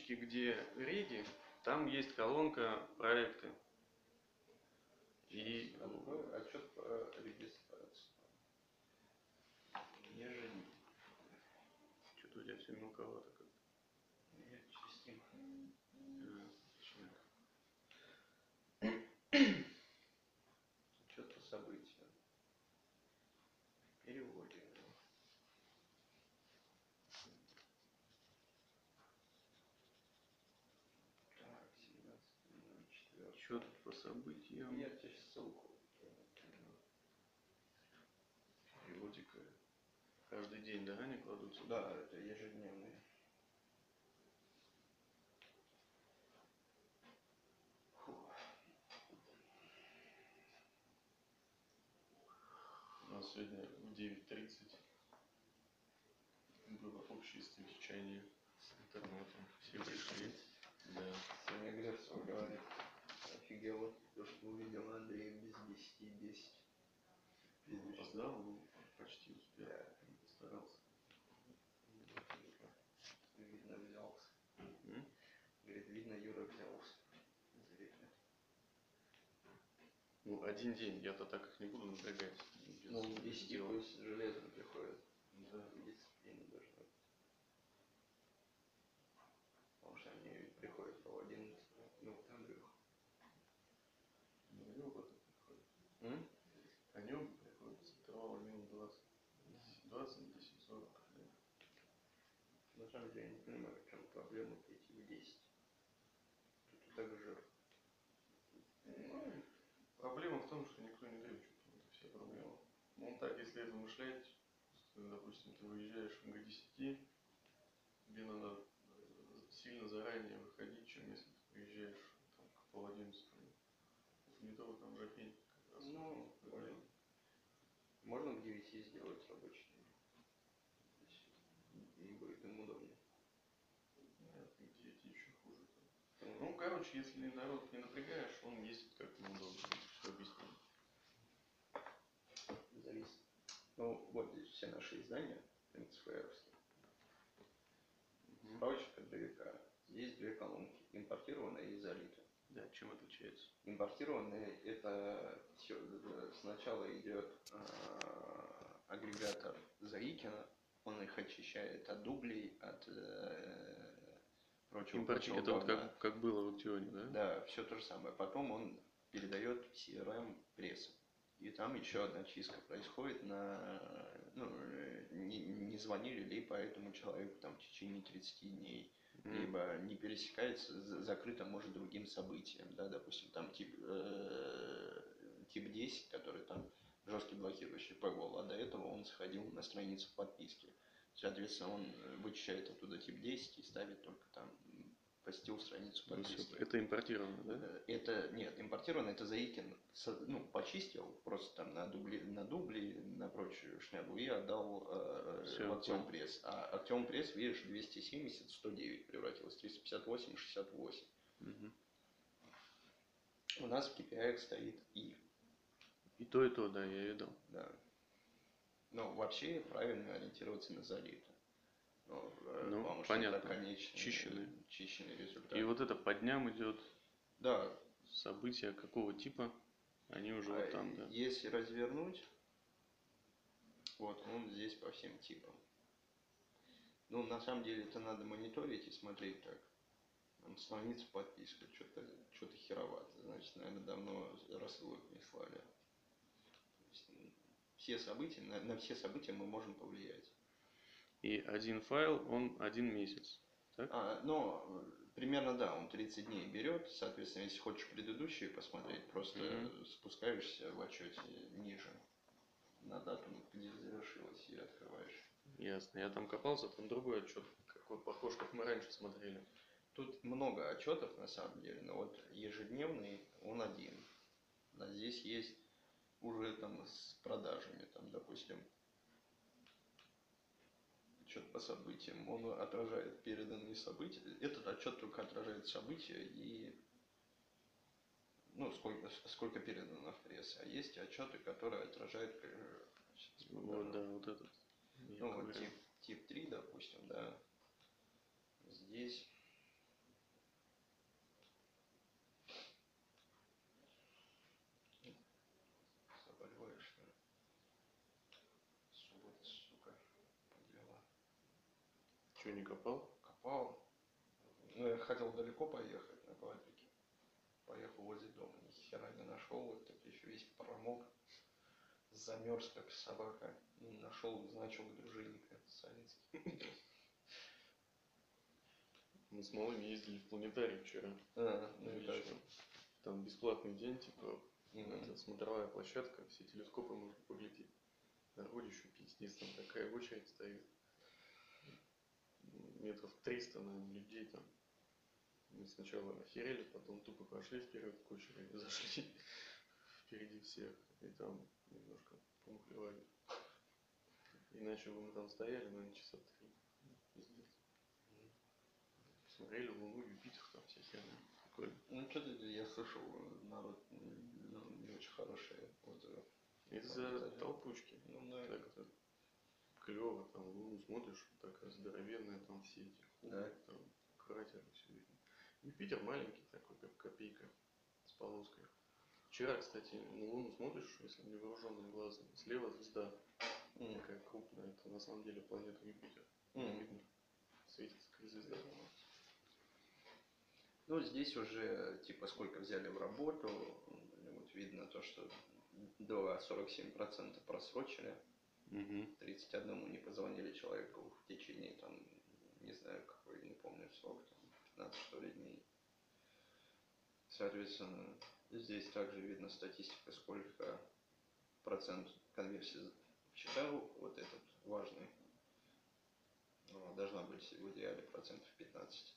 табличке, где реги, там есть колонка проекты. И открой отчет по регистрации. Ежедневно. что-то у тебя все мелковато как-то. Я через Steam. Отчет по событиям. Переводим. Так, 17.04. Отчет по событиям. Я тебе ссылку. Переводика. Каждый день, да, они кладутся? Да, это ежедневные. У нас сегодня в 9:30 было общее совещание с интернетом. Все пришли. Да. Сегодня Грефцев говорит, офигела, то, что увидел Андрея без 10. Опоздал, ну, почти успел. Да. Старался. Видно, взялся. Говорит, видно, Юра взялся. Зритель. Ну, один день, я-то так их не буду напрягать. Ну, в 10 пусть железно приходит. Да. Дисциплина должна быть. Потому что они приходят по 11. Ну, вот Андрюх. Ну, они оба так приходят. Они оба приходят с интервала минут 20. 20 на 10:40. На самом деле я не понимаю, в чем проблема прийти в 10. Тут и так жир. Ну, проблема в том, что никто не дрючит. Это вся проблема. Ну, так, если размышлять, допустим, ты выезжаешь к 10, тебе надо сильно заранее выходить, чем если ты приезжаешь там, к 10:30. Не то там жопень как раз. Ну, можно к 9 сделать рабочий день. И будет им удобнее. Нет, к 9 еще хуже. Ну, короче, если народ не напрягаешь, он ездит как ему удобно. Все объяснено. Зависит. Ну, вот здесь все наши издания, МЦФРовские. Справочник от ДВК. Здесь две колонки. Импортированная и залитая. Да, чем отличается? Импортированные это все, сначала идет агрегатор Заикина, он их очищает от дублей, от прочего. Импортировать это вот как было в Актионе, да? Да, все то же самое. Потом он передает в CRM пресс. И там еще одна чистка происходит на, ну, не звонили ли по этому человеку там в течение 30 дней, либо не пересекается, закрыто, может, другим событием, да, допустим, там тип 10, который там жесткий блокирующий Paywall, а до этого он сходил на страницу подписки. Соответственно, он вычищает оттуда тип 10 и ставит только там посетил страницу подписки. Это импортировано, да? Это, нет, импортированно, это Заикин, ну, почистил просто там на дубли, на прочую шнягу и отдал в Актион Пресс. А Актион Пресс, видишь, 270, 109 превратилось, 358, 68. У нас в KPI стоит И. И то, да, я видел. Да. Но вообще правильно ориентироваться на залито. Ну, потому понятно. Что это конечный, чищенный результат. И вот это по дням идет. Да. События какого типа, они уже вот там, да. Если развернуть, вот он здесь по всем типам. Ну, на самом деле это надо мониторить и смотреть так. Там страница подписка, что-то херовато. Значит, наверное, давно рассылок не слали. Все события, на все события мы можем повлиять. И один файл, он 1 месяц, так? Но примерно, да, он 30 дней берет. Соответственно, если хочешь предыдущие посмотреть, просто спускаешься в отчете ниже на дату, где завершилось, и открываешь. Ясно. Я там копался, там другой отчет, какой похож, как мы раньше смотрели. Тут много отчетов на самом деле, но вот ежедневный он один. А здесь есть уже там с продажами, там, допустим, отчет по событиям. Он отражает переданные события. Этот отчет только отражает события и ну, сколько передано в пресс. А есть отчеты, которые отражают. Вот, да, вот этот. Ну, вот тип 3, допустим, да. Здесь Че, не копал? Копал. Ну, я хотел далеко поехать на квадрике. Поехал возле дома, ни хера не нашел. Вот так еще весь промок. Замерз, как собака. Нашел значок дружинника советский. Мы с малыми ездили в планетарий вчера. Ну и как? Вечером. Там бесплатный день, типа, Мгм. это смотровая площадка, все телескопы можно поглядеть. Народ еще пиздец, там такая очередь стоит. Метров 300, наверное, людей там. Мы сначала охерели, потом тупо пошли вперед к очереди, зашли впереди всех. И там немножко помухлевали. Иначе бы мы там стояли, наверное, часа 3. Пиздец. Смотрели Луну, Юпитер, там вся херня. Прикольно. Ну, что-то я слышал, народ не очень хорошие отзывы. Из-за толпучки. Ну, да. Так-то клево, там Луну смотришь, такая здоровенная, там все эти Да. там кратеры, все видно. Юпитер маленький такой, как копейка, с полоской. Вчера, кстати, на Луну смотришь, если невооруженным глазом, слева звезда такая крупная, это на самом деле планета Юпитер. Видно, светится как звезда. Ну, здесь уже, типа, сколько взяли в работу, вот видно то, что до 47% просрочили, 31 не позвонили человеку в течение, там, не знаю, какой, не помню срок, там, 15 что ли дней. Соответственно, здесь также видно статистика, сколько процент конверсии читал, вот этот важный, должна быть в идеале процентов 15.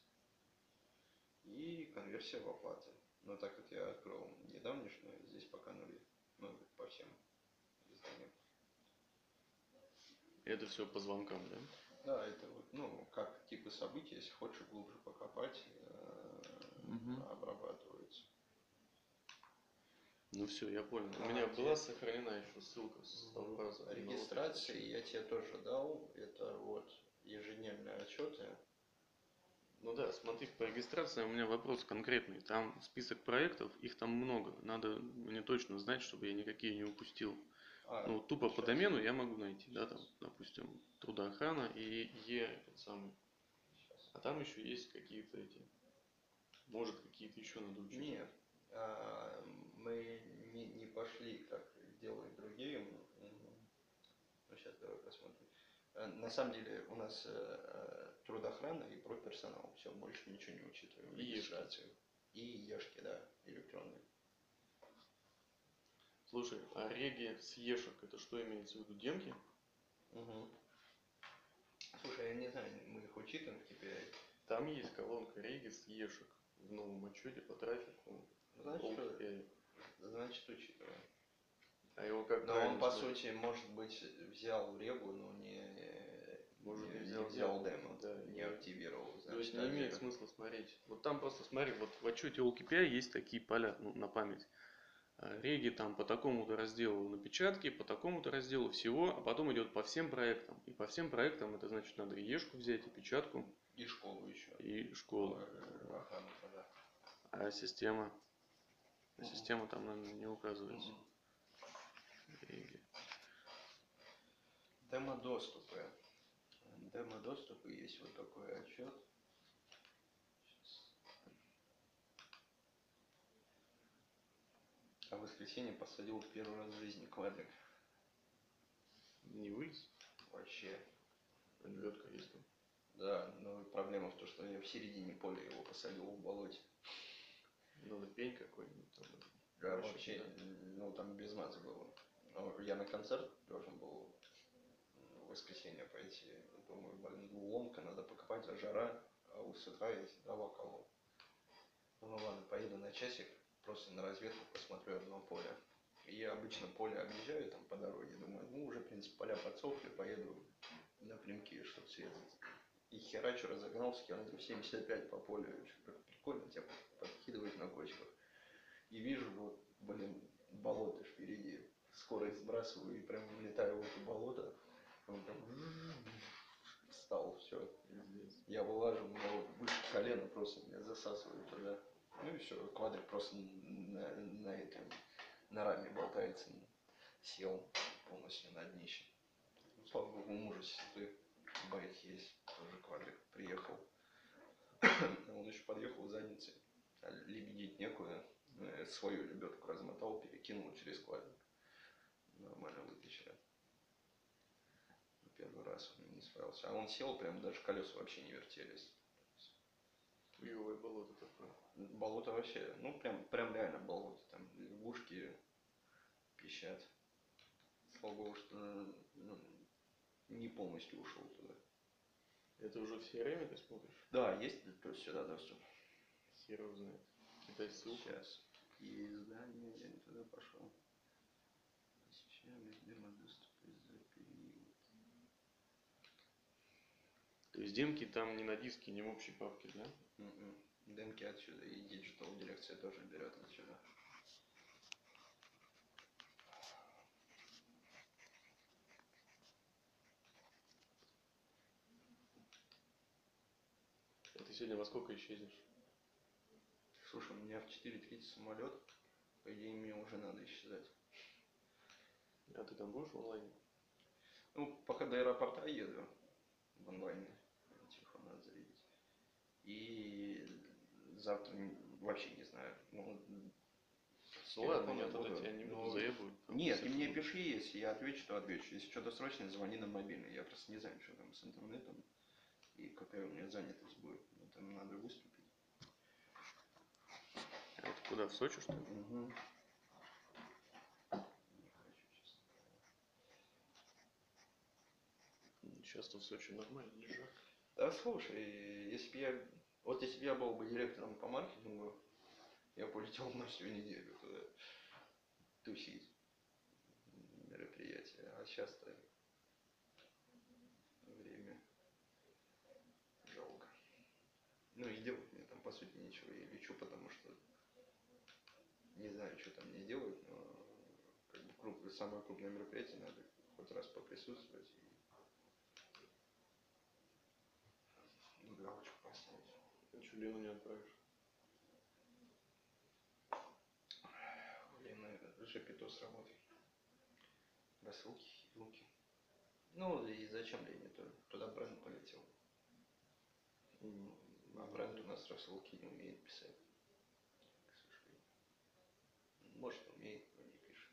И конверсия в оплаты. Но так как я открыл недавнешнюю, здесь пока нули. Ну, по всем изданиям. Это все по звонкам, да? Да, это вот, ну, как типы событий, если хочешь глубже покопать, обрабатываются. Ну все, я понял. У меня была сохранена еще ссылка с Сталбраза. Регистрации я тебе тоже дал. Это вот ежедневные отчеты. Ну да, смотри, по регистрации у меня вопрос конкретный. Там список проектов, их там много. Надо мне точно знать, чтобы я никакие не упустил. Ну, тупо по домену я могу найти, да, там, допустим, трудоохрана и этот самый. А там еще есть какие-то эти, может, какие-то еще надо учить. Нет, мы не пошли, как делают другие. Ну, сейчас давай посмотрим. На самом деле у нас трудоохрана и профперсонал. Все, больше ничего не учитываем. И Регистрацию. И ешки, да, электронные. Слушай, а реги с ешек, это что имеется в виду? Демки? Слушай, я не знаю, мы их учитываем в KPI. Там есть колонка реги с ешек в новом отчете по трафику. Значит, учитываем. А его как Но он, по сути, может быть, взял регу, но не взял демо, да, не активировал. То есть не имеет смысла смотреть. Вот там просто смотри, вот в отчете OKPI есть такие поля, ну, на память. Реги там по такому-то разделу напечатки, по такому-то разделу всего, а потом идет по всем проектам. И по всем проектам это значит надо и ешку взять, и печатку. И школу еще. И школу. А система? А система там, наверное, не указывается. Реги. Демо-доступы. Демо-доступы есть вот такой отчет. А в воскресенье посадил в первый раз в жизни квадрик. Не вылез? Вообще. Лебедка есть там. Да, но проблема в том, что я в середине поля его посадил в болоте. Надо пень какой-нибудь там. Да, вообще, ну там без маза было. Но я на концерт должен был в воскресенье пойти. Думаю, блин, ломка, надо покопать, а жара, а с утра я дрова колол. Ну ладно, поеду на часик, просто на разведку посмотрю одно поле. И я обычно поле объезжаю там по дороге, думаю, ну уже, в принципе, поля подсохли, поеду напрямки, чтобы срезать. И херачу разогнался километров 75 по полю, что-то прикольно, тебя подкидывает на кочках. И вижу, вот, блин, болото впереди, скорость сбрасываю и прям влетаю в это болото. Он прям встал, все. Я вылажу, у него выше колена просто меня засасывает туда. Ну и все, квадрик просто на раме болтается, сел полностью на днище. Ну, слава богу, у мужа сестры байк есть. тоже квадрик, приехал. Он еще подъехал задницей. А лебедить некуда. Свою лебедку размотал, перекинул через квадрик. Нормально вытащили. Первый раз он не справился. А он сел, прям даже колеса вообще не вертелись. Хуёвое болото такое. Болото вообще, ну прям реально болото. Там лягушки пищат. Слава богу, что не полностью ушел туда. Это уже в CRM ты смотришь? Да, есть то сюда доступ. Хер его знает. Это ссылка. Сейчас. И издание, я не туда пошел. Сейчас демо-доступ из-за период. То есть демки там не на диске, не в общей папке, да? Демки отсюда, и Digital дирекция тоже берет отсюда. А ты сегодня во сколько исчезнешь? Слушай, у меня в 4:30 самолет. По идее, мне уже надо исчезать. А ты там будешь в онлайне? Ну, пока до аэропорта еду в онлайне. Телефон надо зарядить. И завтра вообще не знаю. Ну ладно, я тогда буду. тебя не буду заебывать. Нет, ты мне пиши, если я отвечу, то отвечу. Если что-то срочное, звони на мобильный. Я просто не знаю, что там с интернетом и какая у меня занятость будет. Но там надо выступить. А это куда, в Сочи, что ли? Угу. Сейчас-то в Сочи нормально, не жарко. Да слушай, если бы я был бы директором по маркетингу, я полетел на всю неделю туда тусить мероприятия. А сейчас-то время жалко. Ну и делать мне там по сути ничего. Я лечу, потому что не знаю, что там мне делать, но как бы самое крупное мероприятие надо хоть раз поприсутствовать и галочку поставить. А что, Лену не отправишь? Лена Жепито с работой. Рассылки, хилки. Ну и зачем Лене туда бренд полетел? А бренд у нас рассылки не умеет писать. К сожалению. Может умеет, но не пишет.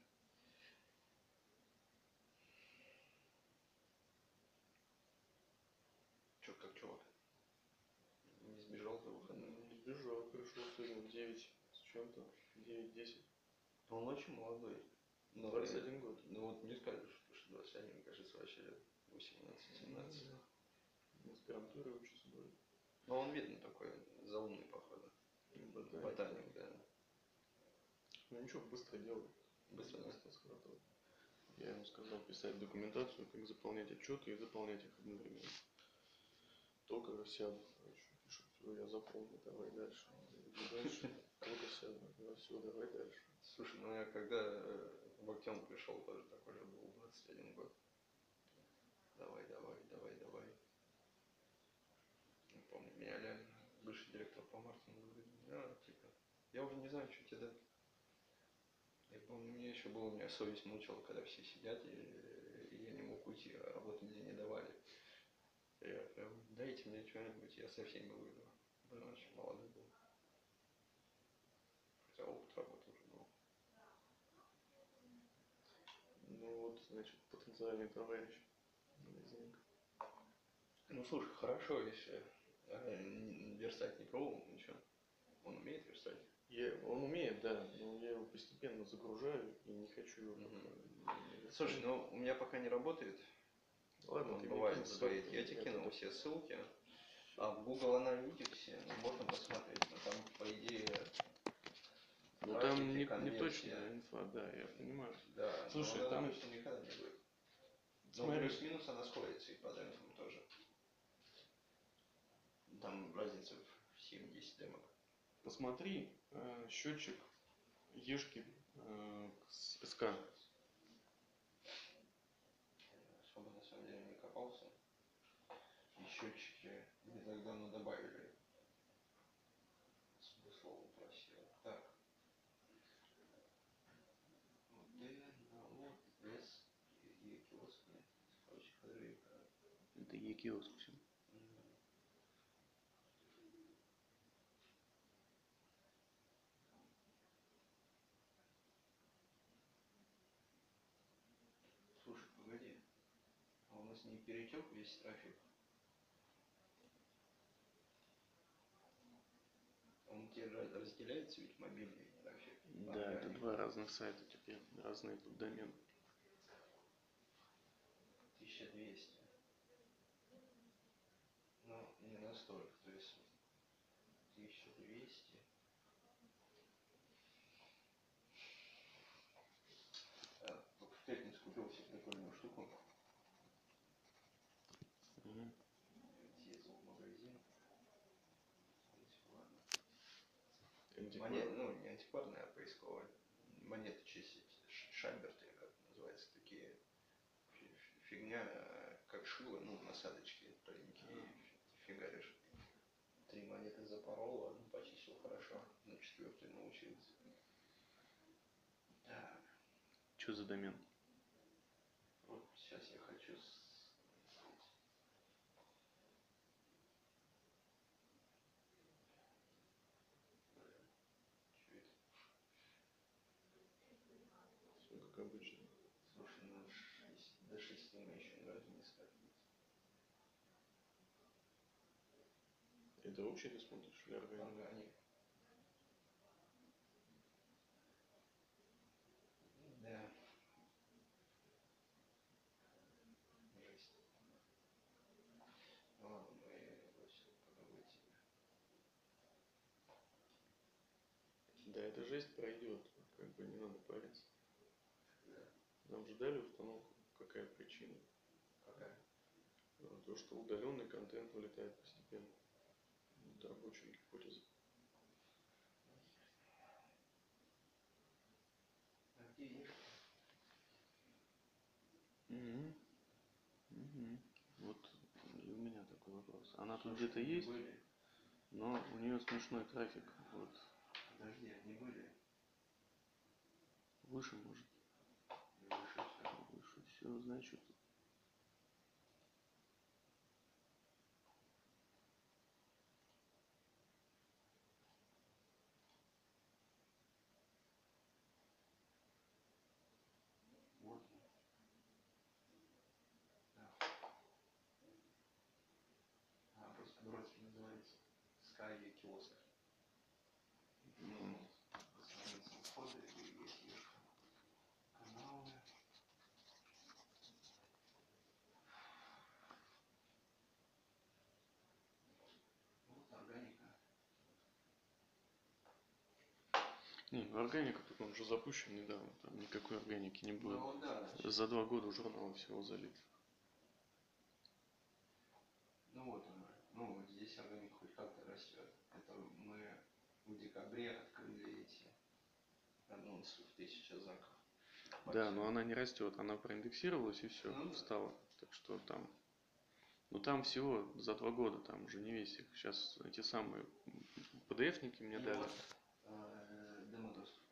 Че, как чувак? Не сбежал за выходные? Не сбежал, пришел сегодня в 9 с чем-то, 9-10. Он очень молодой. 21 год. Ну вот не скажешь, что 21, мне кажется, вообще 18-17. В аспирантуре учится будет. Но он видно такой заумный, походу. Ботаник, да. Ну ничего, быстро делает. Быстро, да? Я ему сказал писать документацию, как заполнять отчеты и заполнять их одновременно. Только сяду, короче, пишет, все, я заполнил, давай дальше. Только сяду, все, давай дальше. Слушай, ну я когда в Актен пришел, тоже такой же был, 21 год. Давай. Не помню, меня реально бывший директор по маркетингу говорит, типа, я уже не знаю, что тебе дать. Я помню, меня совесть мучила, когда все сидят, и я не мог уйти, а работы мне не давали. Я прям, дайте мне что-нибудь, я со всеми выйду. Блин, очень молодой был. Хотя опыт работы уже был. Ну вот, значит, потенциальный товарищ. Ну слушай, хорошо, если верстать не пробовал, ничего. Он умеет верстать? Он умеет, да, но я его постепенно загружаю и не хочу его Слушай, ну у меня пока не работает. Ладно, он ты бывает стоит. Я тебе кинул все ссылки. А в Google Аналитиксе можно посмотреть, но там, по идее, ну там не точная инфа, да, я понимаю. Да, слушай, но там точно никогда не будет. Но смотри, плюс-минус она сходится и по демпам тоже. Там разница в 7-10 демок. Посмотри счетчик Ешки с СК. Особо на самом деле не копался. И счетчики не так давно добавили. Слово просил. Так. Вот без Е-киоск. Короче, Это Е-киоск все. с ней перетек весь трафик. Он тебе разделяется, ведь мобильный трафик. Да, это два разных сайта теперь, разные поддомены. 1200. Ну, не настолько, то есть 1200. В пятницу купил себе прикольную штуку. Съездил в магазин. Монет, ну, не антикварная, а поисковая. Монеты чистить. Шальберты, как называется, такие. Фигня, как шило, ну, насадочки тоненькие, фигаришь. 3 монеты запорол, одну почистил хорошо, на 4-й научился. Так. Что за домен? Вот сейчас я хочу... Все как обычно. Слушай, ну до 6 мы еще ни разу не скатывались. Это общий ты смотришь или органик? Органик. Да. Жесть. Ну ладно, мы бросили подумать себе. Да, эта жесть пройдет, как бы не надо париться. Да. Нам же дали установку, какая причина? Какая? То, что удаленный контент вылетает постепенно. Это рабочая гипотеза. А где ешь? Вот и у меня такой вопрос. Она тут где-то есть, были. но у нее смешной трафик. Вот. Подожди, они были. Выше может. Выше все. Выше все, значит. Вот. Да. А, просто по-дурацки называется. Sky киоск. Ну, страница входа и есть ешка. Каналы. Вот органика. Не, органика тут он уже запущен недавно, там никакой органики не будет. Ну да. За 2 года журнала всего залит. Ну вот она. Ну вот здесь органика хоть как-то растет. Это мы в декабре открыли эти анонсы в 1000 знаков. Да, но она не растет, она проиндексировалась и все, Ну, встала. Так что там. Ну там всего за 2 года, там уже не весь их. Сейчас эти самые PDF-ники мне дали. Вот, демо-доступ.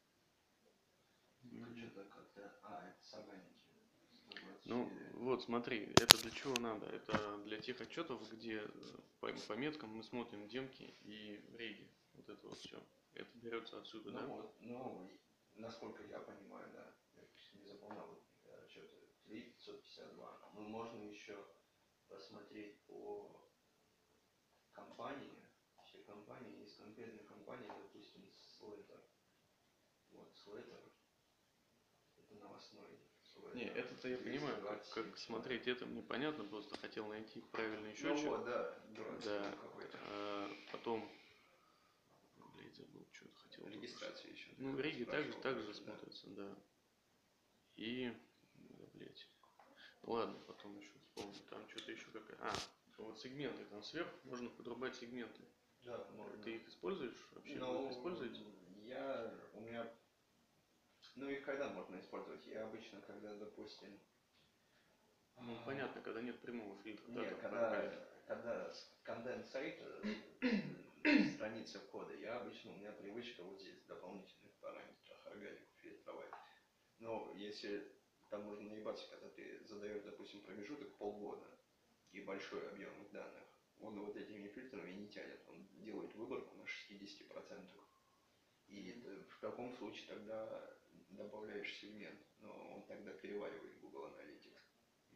Тут что-то как-то... А, это с органики. Ну, вот смотри, это для чего надо? Это для тех отчетов, где по меткам мы смотрим демки и реги. Вот это вот все. Это берется отсюда, ну, да? Вот, ну, насколько я понимаю, да. Я не запомнил отчеты. 3552. Ну, можно еще посмотреть по компании. Все компании. Есть конкретная компания, допустим, Slater. Вот, Slater. Это новостной. Не, это-то я понимаю, как смотреть это мне понятно, просто хотел найти правильный счетчик. Ну вот, да, дурацкий Да. какой-то. Потом, блядь, забыл, что-то хотел. Регистрация еще. Ну, реги также да. смотрятся, да. И, блядь. Ладно, потом еще вспомню. Там что-то еще какая. Вот сегменты там сверху можно подрубать сегменты. Да, можно. Ты их используешь вообще? Ну, Вы их используете? у меня, ну их когда можно использовать? Я обычно, когда, допустим... Ну, понятно, когда нет прямого фильтра. Нет, да, когда конденсейт страницы кода, у меня привычка вот здесь в дополнительных параметрах органику фильтровать. Но если там можно наебаться, когда ты задаешь, допустим, промежуток полгода и большой объем данных, он вот этими фильтрами не тянет, он делает выборку на 60%. И в каком случае тогда добавляешь сегмент, но он тогда переваривает Google Analytics. Не знаю, с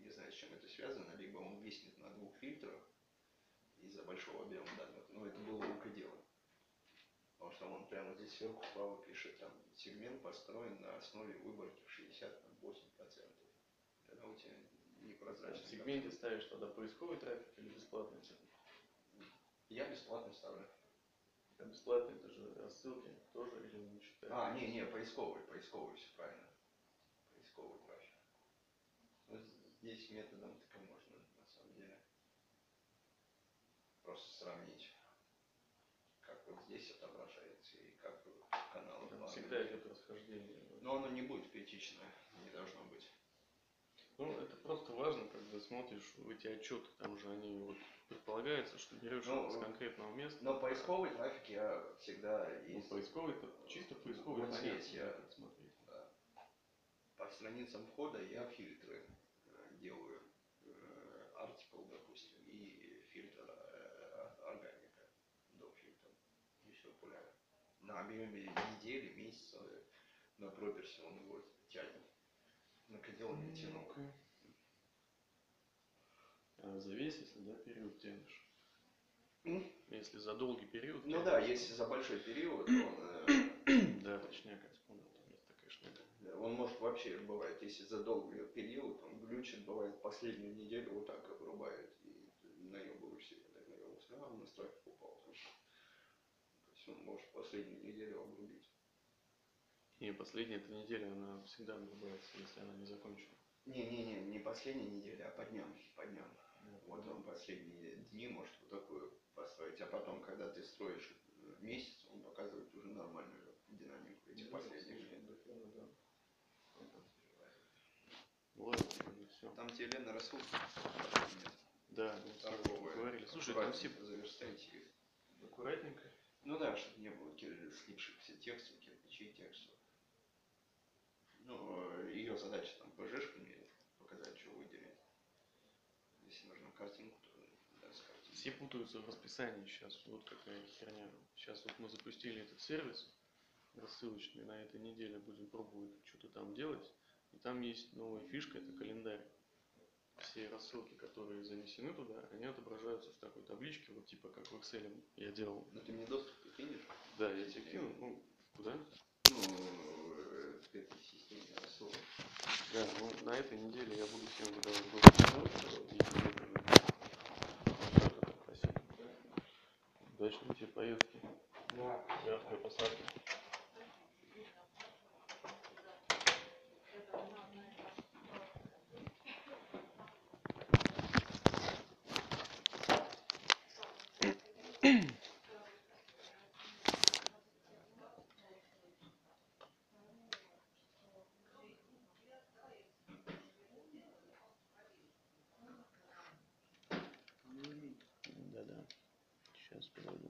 чем это связано. Либо он виснет на 2 фильтрах из-за большого объема данных. Но это было рука дело. Потому что он прямо здесь сверху справа пишет, там сегмент построен на основе выборки в 68%. Тогда у тебя непрозрачно. В сегменте ставишь тогда поисковый трафик или бесплатный? Я бесплатно ставлю. А бесплатный это же рассылки тоже или не считается? Не, поисковый, все правильно. Поисковый трафик. Ну, здесь методом таки можно, на самом деле, просто сравнить, как вот здесь отображается и как канал. Там всегда идет расхождение. Но оно не будет критичное, не должно быть. Ну, это просто важно, когда смотришь в эти отчеты, там же они вот предполагается, что берешь с конкретного места. Но поисковый трафик я всегда есть. Ну, поисковый это чисто поисковый. Вот здесь я смотреть. Да. По страницам входа я фильтры делаю. Article, допустим, и фильтр органика до фильтра. И все пуляю. На объеме недели, месяца, на проперсе он его тянет. На кадил не тянул. А за весь, если период тянешь? Если за долгий период. Ну да, если за большой период, он... Да, точняк, я вспомнил, там есть такая шняга. Он может вообще, бывает, если за долгий период, он глючит, бывает, последнюю неделю вот так обрубает, и наебываешься, я так наебался, у нас трафик упал. То есть он может последнюю неделю обрубить. И последняя эта неделя, она всегда обрубается, если она не закончена. Не последняя неделя, а по дням. Вот он последние дни может вот такую построить, а потом, когда ты строишь месяц, он показывает уже нормальную динамику этих последних дней. Ладно, все. Там тебе Лена рассылка? Нет. Да, торговые. Говорили. Слушай, там все заверстайте их. Аккуратненько. Ну да, чтобы не было слипшихся текстов, кирпичей текстов. Ну, ее задача там PG-шками показать, что выделить. Если нужна картинку, то да, с картинкой. Все путаются в расписании сейчас. Вот какая херня. Сейчас вот мы запустили этот сервис рассылочный. На этой неделе будем пробовать что-то там делать. И там есть новая фишка, это календарь. Все рассылки, которые занесены туда, они отображаются в такой табличке, вот типа как в Excel я делал. Ну ты мне доступ кинешь? Да, я тебе кину. Ну, куда? Ну, к этой системе рассылок. Да, ну на этой неделе я буду всем выдавать доступ. Спасибо. Удачной тебе поездки. Да. Мягкой посадки. Да-да. Сейчас подойду.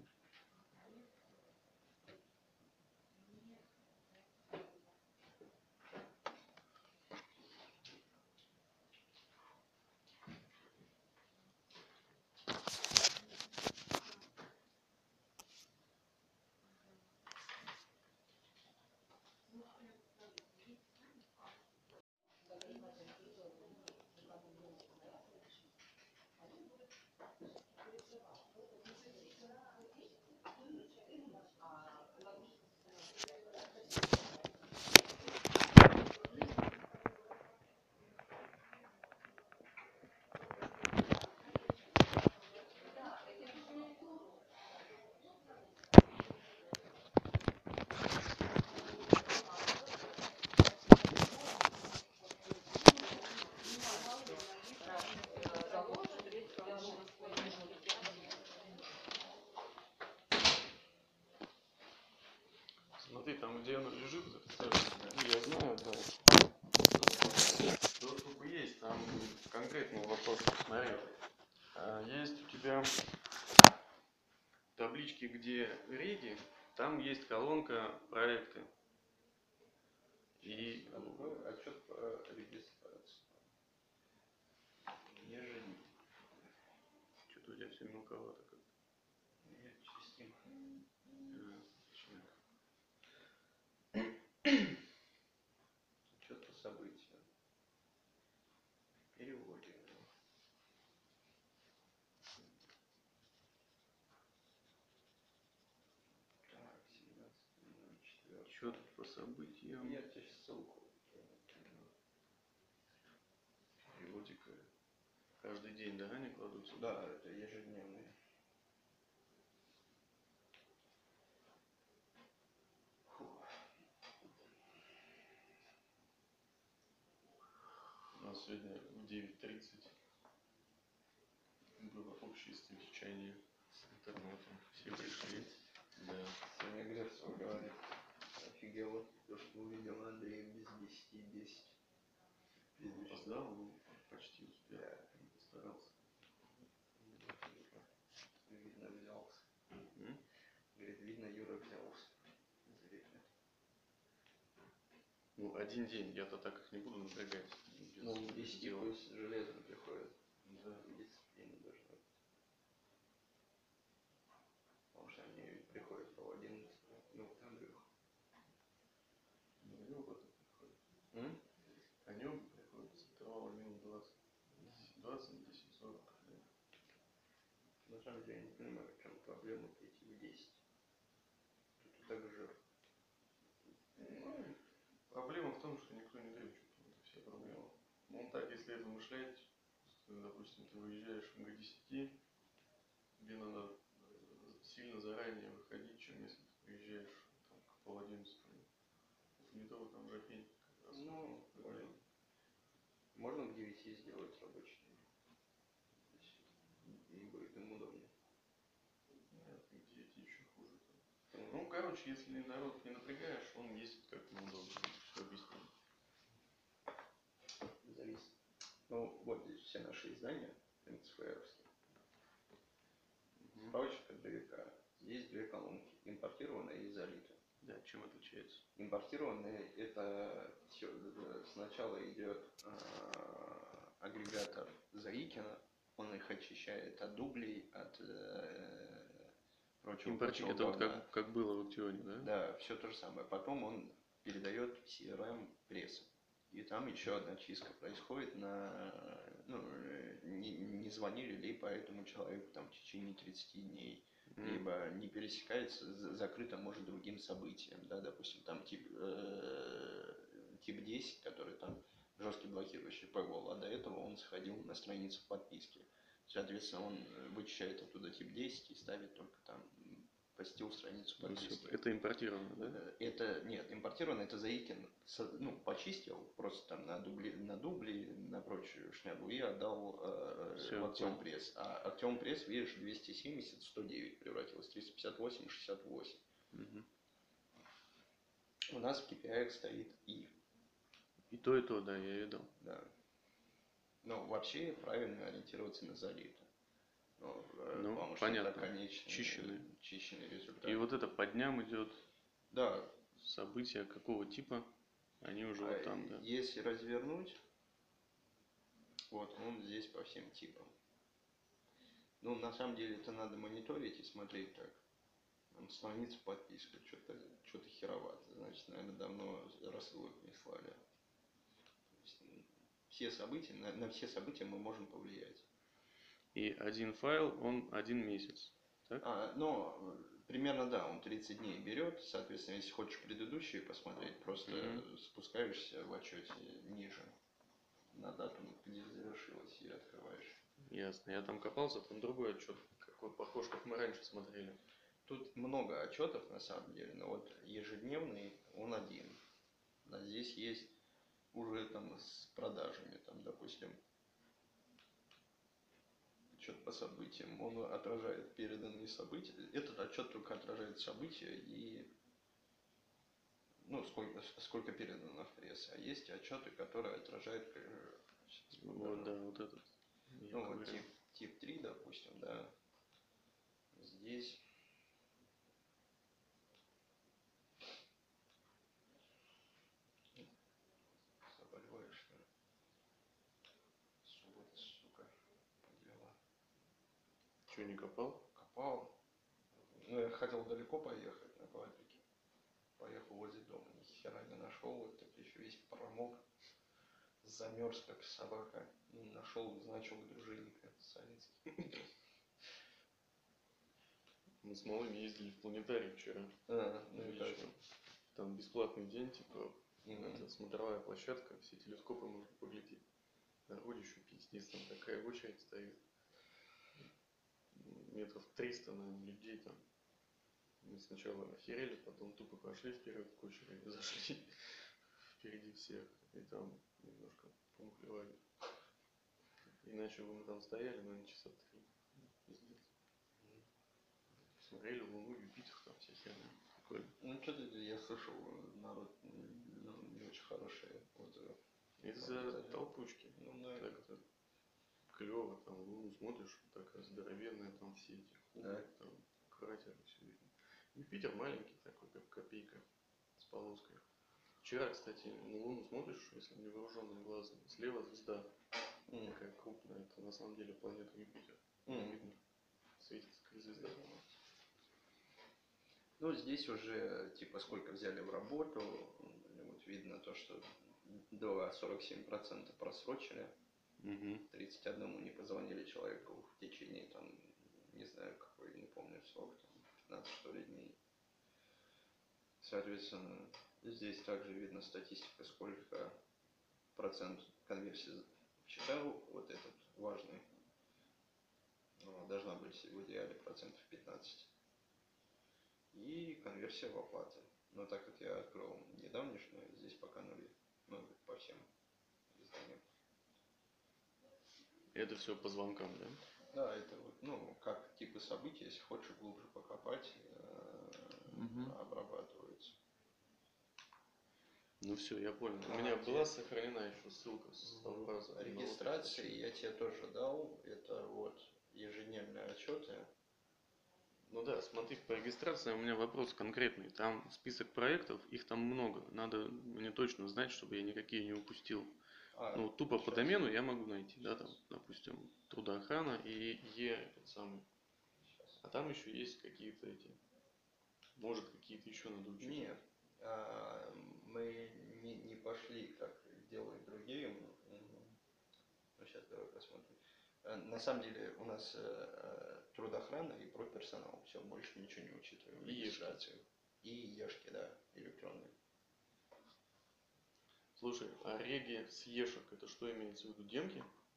Смотри, там где оно лежит, я знаю, да. Доступ есть, там конкретный вопрос, смотри. Есть у тебя таблички, где реги, там есть колонка проекты. И отчет по регистрации. что-то у тебя все мелковато как-то. Нет, частично. Отчет по событию. Переводе. Отчет по событиям. Я тебе ссылку. Периодика. Каждый день, да, они кладутся? Да, это ежедневные. У нас сегодня в 9:30 было общее совещание с интернетом. Все пришли. Да. Сегодня Грефцев говорит, офигела, то, что увидел Андрей без 10. Опоздал, ну, почти успел. Да. Старался. Видно, взялся. Говорит, видно, Юра взялся. Ну, один день, я-то так их не буду напрягать. Ну, 10 пусть железно приходит. Да. Дисциплина должна быть. Потому что они приходят по 11, ну вот Андрюх. Ну, они оба так приходят. Они оба приходят с интервала минут 20. 20 на 10:40. Да. На самом деле я не понимаю, в чем проблема прийти в 10. Тут и так жир. Ну, проблема в том, что никто не дрючит. Это вся проблема. Ну, так, если размышлять, допустим, ты выезжаешь к 10, тебе надо сильно заранее выходить, чем если ты приезжаешь там, к 10:30. Не то там жопень как раз. Ну, можно к 9 сделать рабочий день. И будет им удобнее. Нет, к 9 еще хуже. Ну, короче, если народ не напрягаешь, он ездит как ему удобно. Все объяснено. Завис. Ну, вот здесь все наши издания, МЦФРовские. Справочник от ДВК. Здесь две колонки. Импортированные и залитые. Да, чем отличается? Импортированные это все сначала идет агрегатор Заикина, он их очищает от дублей, от прочего. Это вот как было в Актионе, да? Да, все то же самое. Потом он передает в CRM пресс. И там еще одна чистка происходит не звонили ли по этому человеку там в течение 30 дней, либо не пересекается, закрыто, может, другим событием, да, допустим, там тип 10, который там жесткий блокирующий Paywall, а до этого он сходил на страницу подписки. Соответственно, он вычищает оттуда тип 10 и ставит только там посетил страницу подписки. Это импортировано, да? Это, нет, импортировано, это Заикин, почистил просто там на дубли, на прочую шнягу и отдал в Актион Пресс. А Актион Пресс, видишь, 270, 109 превратилось, 358, 68. У нас в KPI стоит И. И то, да, я видел. Да. Но вообще правильно ориентироваться на залито. Потому понятно. Что это чищенный результат. И вот это по дням идет. Да. События какого типа, они уже вот там, да. Если развернуть, вот он здесь по всем типам. Ну, на самом деле это надо мониторить и смотреть так. Там страница подписка, что-то херовато. Значит, наверное, давно рассылок не слали. Все события, на все события мы можем повлиять. И один файл, он 1 месяц. Так? Примерно, да, он 30 дней берет. Соответственно, если хочешь предыдущие посмотреть, просто спускаешься в отчете ниже на дату, где завершилось, и открываешь. Ясно. Я там копался, там другой отчет, какой похож, как мы раньше смотрели. Тут много отчетов на самом деле, но вот ежедневный он один. А здесь есть уже там с продажами, там, допустим, отчет по событиям. Он отражает переданные события. Этот отчет только отражает события и сколько передано в прессе. А есть отчеты, которые отражают. Вот, да, вот этот. Вот тип 3, допустим, да. Здесь заболеваешь, что ли? Суббота, сука, подвела. Че, не копал? Копал. Я хотел далеко поехать на квадрике. Поехал возле дома, ни хера не нашел. Вот так еще весь промок. Замерз, как собака. Нашел значок дружинника Савинский. Мы с малыми ездили в планетарий вчера. Ну и как? Там бесплатный день, типа, Мгм. это смотровая площадка, все телескопы можно поглядеть. Народу еще пиздец, там такая очередь стоит. Метров 300, наверное, людей там. Мы сначала охерели, потом тупо пошли вперед к очереди, зашли впереди всех. И там немножко помухлевали. Иначе бы мы там стояли, наверное, часа 3. Пиздец. Смотрели Луну, Юпитер, там вся херня. Прикольно. Ну, что-то я слышал, народ не очень хорошие отзывы. Из-за толпучки. Ну, да. Так-то клево, там Луну смотришь, такая здоровенная, там все эти кубы, Да. там кратеры, все видно. Юпитер маленький такой, как копейка с полоской. Вчера, кстати, на Луну смотришь, если невооруженным глазом, слева звезда такая крупная, это на самом деле планета Юпитер. Видно, светится как звезда. Ну, здесь уже, типа, сколько взяли в работу, вот видно то, что до 47% просрочили, 31 не позвонили человеку в течение, там, не знаю, какой, не помню срок, там, 15 что ли дней. Соответственно, здесь также видно статистика, сколько процент конверсии читал, вот этот важный, должна быть в идеале процентов 15. И конверсия в оплаты. Но так как я открыл недавнешнюю, здесь пока нули. Ну, по всем изданиям. Это все по звонкам, да? Да, это вот, ну, как типы событий, если хочешь глубже покопать, обрабатывается. Ну все, я понял. У меня была сохранена еще ссылка с фразой. Регистрации я тебе тоже дал. Это вот ежедневные отчеты. Ну да, смотри, по регистрации у меня вопрос конкретный. Там список проектов, их там много. Надо мне точно знать, чтобы я никакие не упустил. Ну, тупо по домену я могу найти, да, там, допустим, трудоохрана и этот самый. А там еще есть какие-то эти. Может, какие-то еще надо учить. Нет, мы не пошли, как делают другие. Ну, сейчас давай посмотрим. На самом деле у нас трудоохрана и профперсонал. Все, больше ничего не учитываем. И Регистрацию. И ешки, да, электронные. Слушай, а реги с ешек, это что имеется в виду? Демки?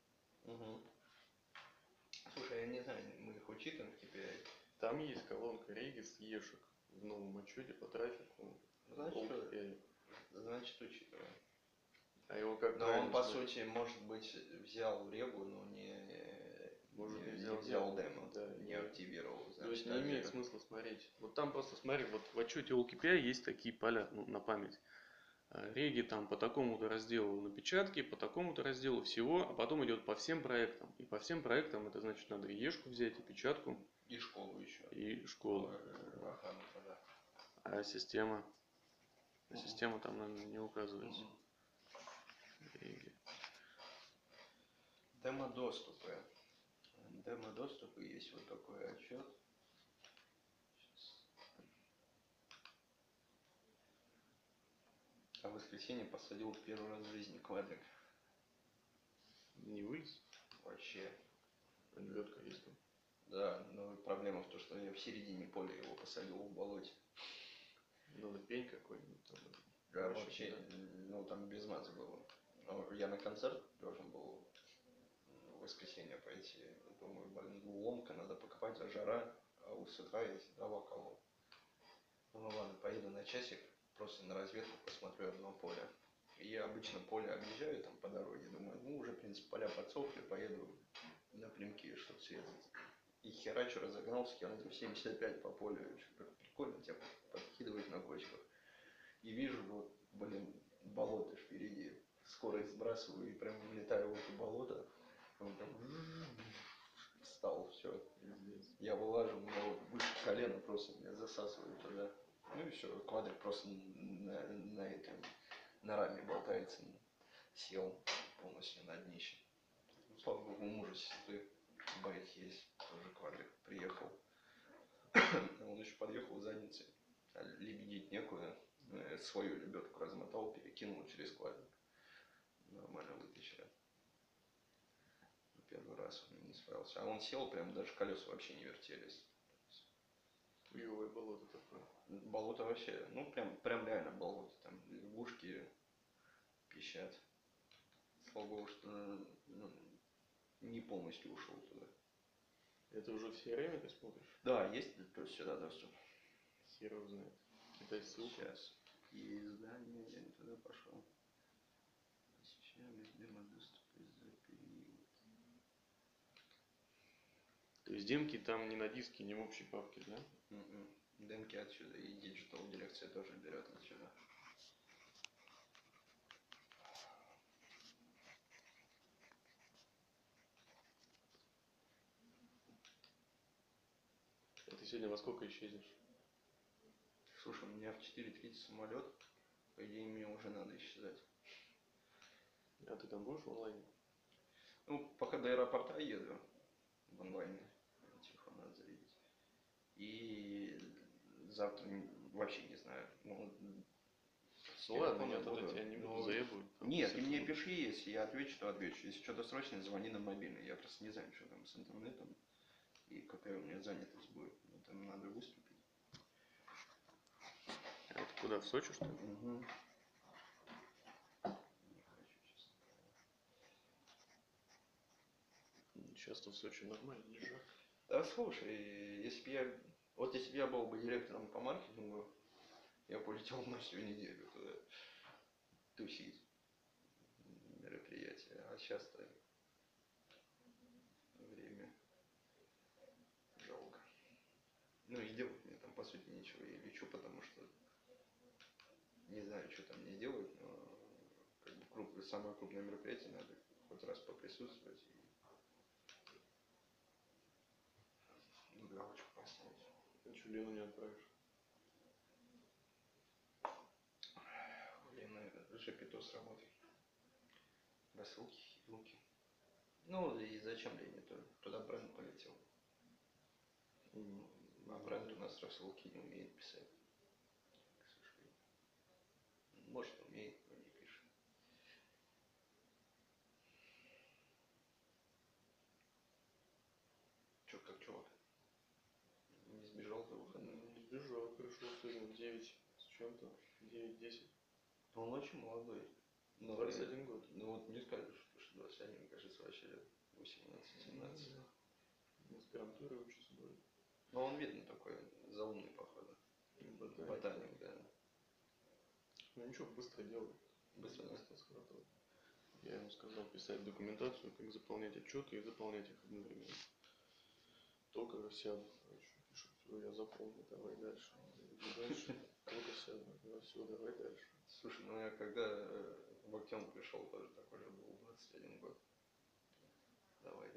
Слушай, я не знаю, мы их учитываем в KPI. Там есть колонка реги с ешек в новом отчете по трафику. Значит, учитываем. А его как Но он, по смотреть? сути, может быть, взял регу, но не взял демо, да, не активировал. Значит, то есть не имеет смысла смотреть. Вот там просто смотри, вот в отчете OKPI есть такие поля, ну, на память. Реги там по такому-то разделу напечатки, по такому-то разделу всего, а потом идет по всем проектам. И по всем проектам это значит надо и ешку взять, и печатку. И школу еще. И школу. Да. А система? Система там, наверное, не указывается. Реги. Демо-доступы. Демо-доступы есть вот такой отчет. А в воскресенье посадил первый раз в жизни квадрик. Не вылез? Вообще. Ледка есть там. Да, но проблема в том, что я в середине поля его посадил в болоте. Надо пень какой-нибудь там. Да, вообще, ну там без маза было. Но я на концерт должен был в воскресенье пойти. Думаю, блин, ломка, надо покопать, а жара, а с утра я дрова колол. Ну ладно, поеду на часик, просто на разведку посмотрю одно поле. И я обычно поле объезжаю там по дороге, думаю, ну уже, в принципе, поля подсохли, поеду напрямки, чтобы срезать. И херачу разогнался километров 75 по полю, что-то прикольно тебя подкидывает на кочках. И вижу, вот, блин, болото впереди. Скорость сбрасываю и прям влетаю в это болото. Он прям встал, все. Я вылажу, у меня вот выше колена просто меня засасывает туда. Ну и все, квадрик просто на раме болтается. Сел полностью на днище. Ну, слава богу, у мужа сестры байк есть, тоже квадрик приехал. Он еще подъехал задницей, лебедить некуда. Свою лебедку размотал, перекинул через квадрик. Нормально вытащили. Первый раз он не справился. А он сел, прям даже колеса вообще не вертелись. Хуёвое болото такое. Болото вообще, ну прям реально болото. Там лягушки пищат. Слава богу, что ну, не полностью ушел туда. Это уже в CRM ты смотришь? Да, есть сюда доступ. Хер его знает. Дай ссылку. Сейчас. Издание, я не туда пошел. Сейчас без демо-доступа за период. То есть демки там не на диске, не в общей папке, да? Демки отсюда, и Digital дирекция тоже берет отсюда. А ты сегодня во сколько исчезнешь? Слушай, у меня в 4:30 самолет. По идее, мне уже надо исчезать. А ты там будешь в онлайне? Ну, пока до аэропорта еду в онлайне. Телефон надо зарядить. И завтра вообще не знаю. Ну ладно, я тогда тебя не буду заебывать. Нет, ты мне пиши, если я отвечу, то отвечу. Если что-то срочное, звони на мобильный. Я просто не знаю, что там с интернетом и какая у меня занятость будет. Мне там надо выступить. А ты куда, в Сочи, что ли? Угу. Не хочу, честно говоря. Сейчас-то в Сочи нормально, не жарко. Да слушай, если бы я был бы директором по маркетингу, я полетел на всю неделю туда тусить мероприятия. А сейчас-то время жалко. Ну и делать мне там по сути нечего. Я лечу, потому что не знаю, что там мне делать, но как бы самое крупное мероприятие надо хоть раз поприсутствовать и галочку поставить. А что, Лену не отправишь? Лена Жапито с работой. Рассылки, хилки. Ну и зачем Лене туда бренд полетел? А бренд у нас рассылки не умеет писать. К сожалению. Может умеет, но не пишет. Чё, как чувак? Не сбежал за выходные? Не сбежал, пришел сегодня в 9 с чем-то, 9-10. Он очень молодой. 21 год. Ну вот не скажешь, что 21, мне кажется, вообще 18-17. В аспирантуре учится будет. Но он видно такой, заумный, походу. Ботаник, да. Ну ничего, быстро делает. Быстро, да? Схватывает. Я ему сказал писать документацию, как заполнять отчеты и заполнять их одновременно. Только сяду, короче, пишет, все, я заполнил, давай дальше. Только сяду, все, давай дальше. Слушай, ну я когда в Актем пришел, тоже такой же был, 21 год. Давай.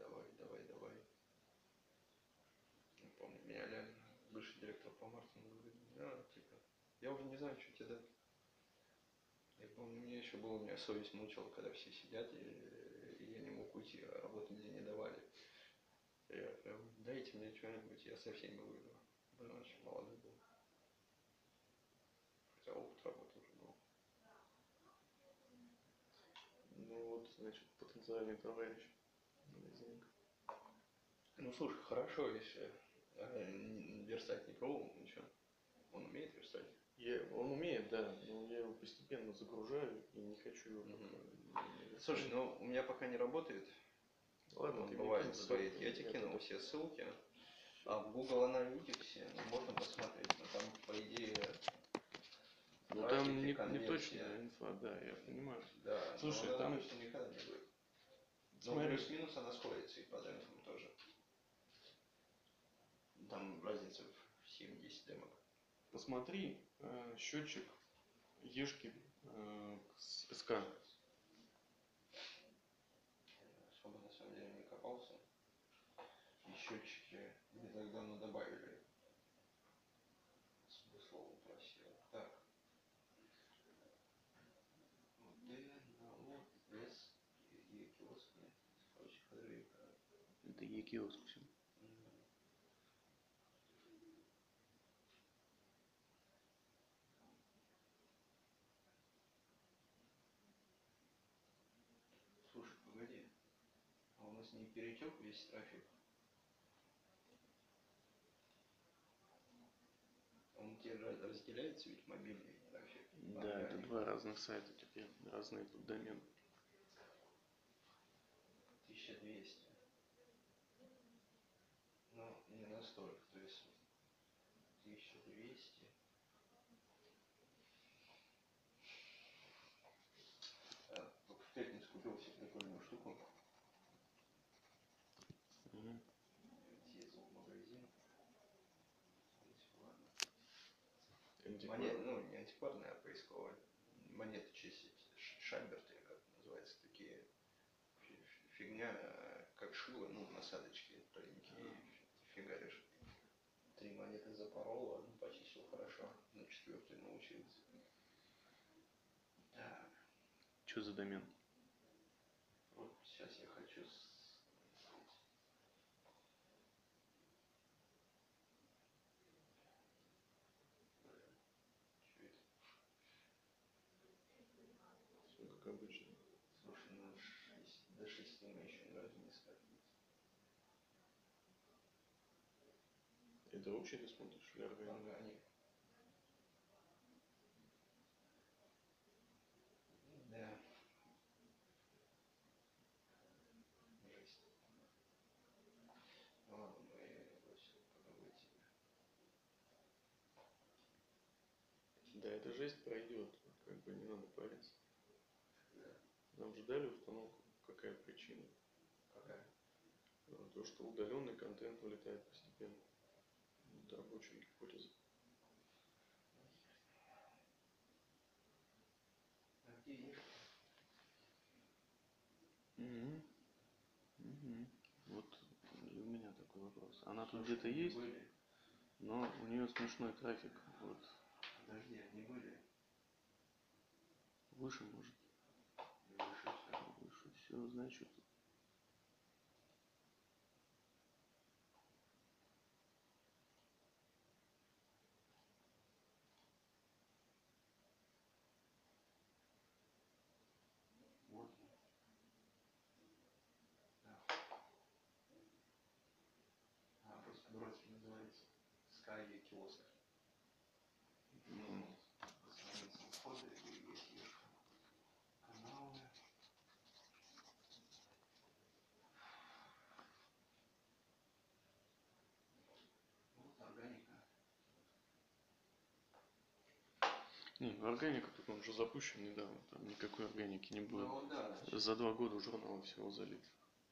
Не помню, меня реально бывший директор по маркетингу говорит, типа, я уже не знаю, что тебе дать. Я помню, мне еще было, у меня совесть мучила, когда все сидят, и я не мог уйти, а работы мне не давали. Я прям, дайте мне что-нибудь, я со всеми выйду. Блин, очень молодой был. Хотя опыт работы уже был. Ну вот, значит, потенциальный товарищ. Магазинник. Ну слушай, хорошо, если верстать не пробовал, ничего. Он умеет верстать? Он умеет, да, но я его постепенно загружаю и не хочу его Слушай, ну у меня пока не работает. Ладно, он ты бывает стоит. Я тебе кинул все ссылки. А в Google Аналитиксе можно посмотреть, но там, по идее, ну там не точная инфа, да, я понимаю. Да, слушай, но там точно никогда не будет. Но смотри, плюс-минус она сходится и по демпам тоже. Там разница в 7-10 демок. посмотри счетчик Ешки с СК. Особо на самом деле не копался. И счетчики не так давно добавили. Смыслово просил. Так. Это Е-киоск все. Слушай, погоди. А у нас не перетек весь трафик? те разделяется ведь мобильный трафик. Да, это два разных сайта теперь, разные поддомены. 1200. Ну, не настолько, то есть 1200. В пятницу купил себе прикольную штуку. Съездил в магазин. Монет, ну, не антикварная, а поисковая. Монеты чистить. Шальберты, как называется, такие. Фигня, как шило, ну, насадочки тоненькие. Фигаришь. 3 монеты запорол, одну почистил хорошо. На 4-й научился. Так. Что за домен? Вот сейчас я хочу... Все как обычно. Слушай, ну до 6 мы еще ни разу не скатились. Это общий ты смотришь или органик? Органик. Да. Жесть. Ну ладно, мы бросили подумать. Да, эта жесть пройдет, как бы не надо париться. Да. Нам же дали установку, какая причина? Какая? То, что удаленный контент вылетает постепенно. Это рабочая гипотеза. А где ешь? Вот и у меня такой вопрос. Она тут Слушай, где-то они есть, были. но у нее смешной трафик. Вот. Подожди, они были. Выше может. Выше все. Выше все, значит. Вот. Да. А, по-русски называется Sky киоск. Ну, дополнительные входы и есть каналы. Вот органика. Не, органика тут он уже запущен недавно, там никакой органики не будет. Ну да. За 2 года журнала всего залит.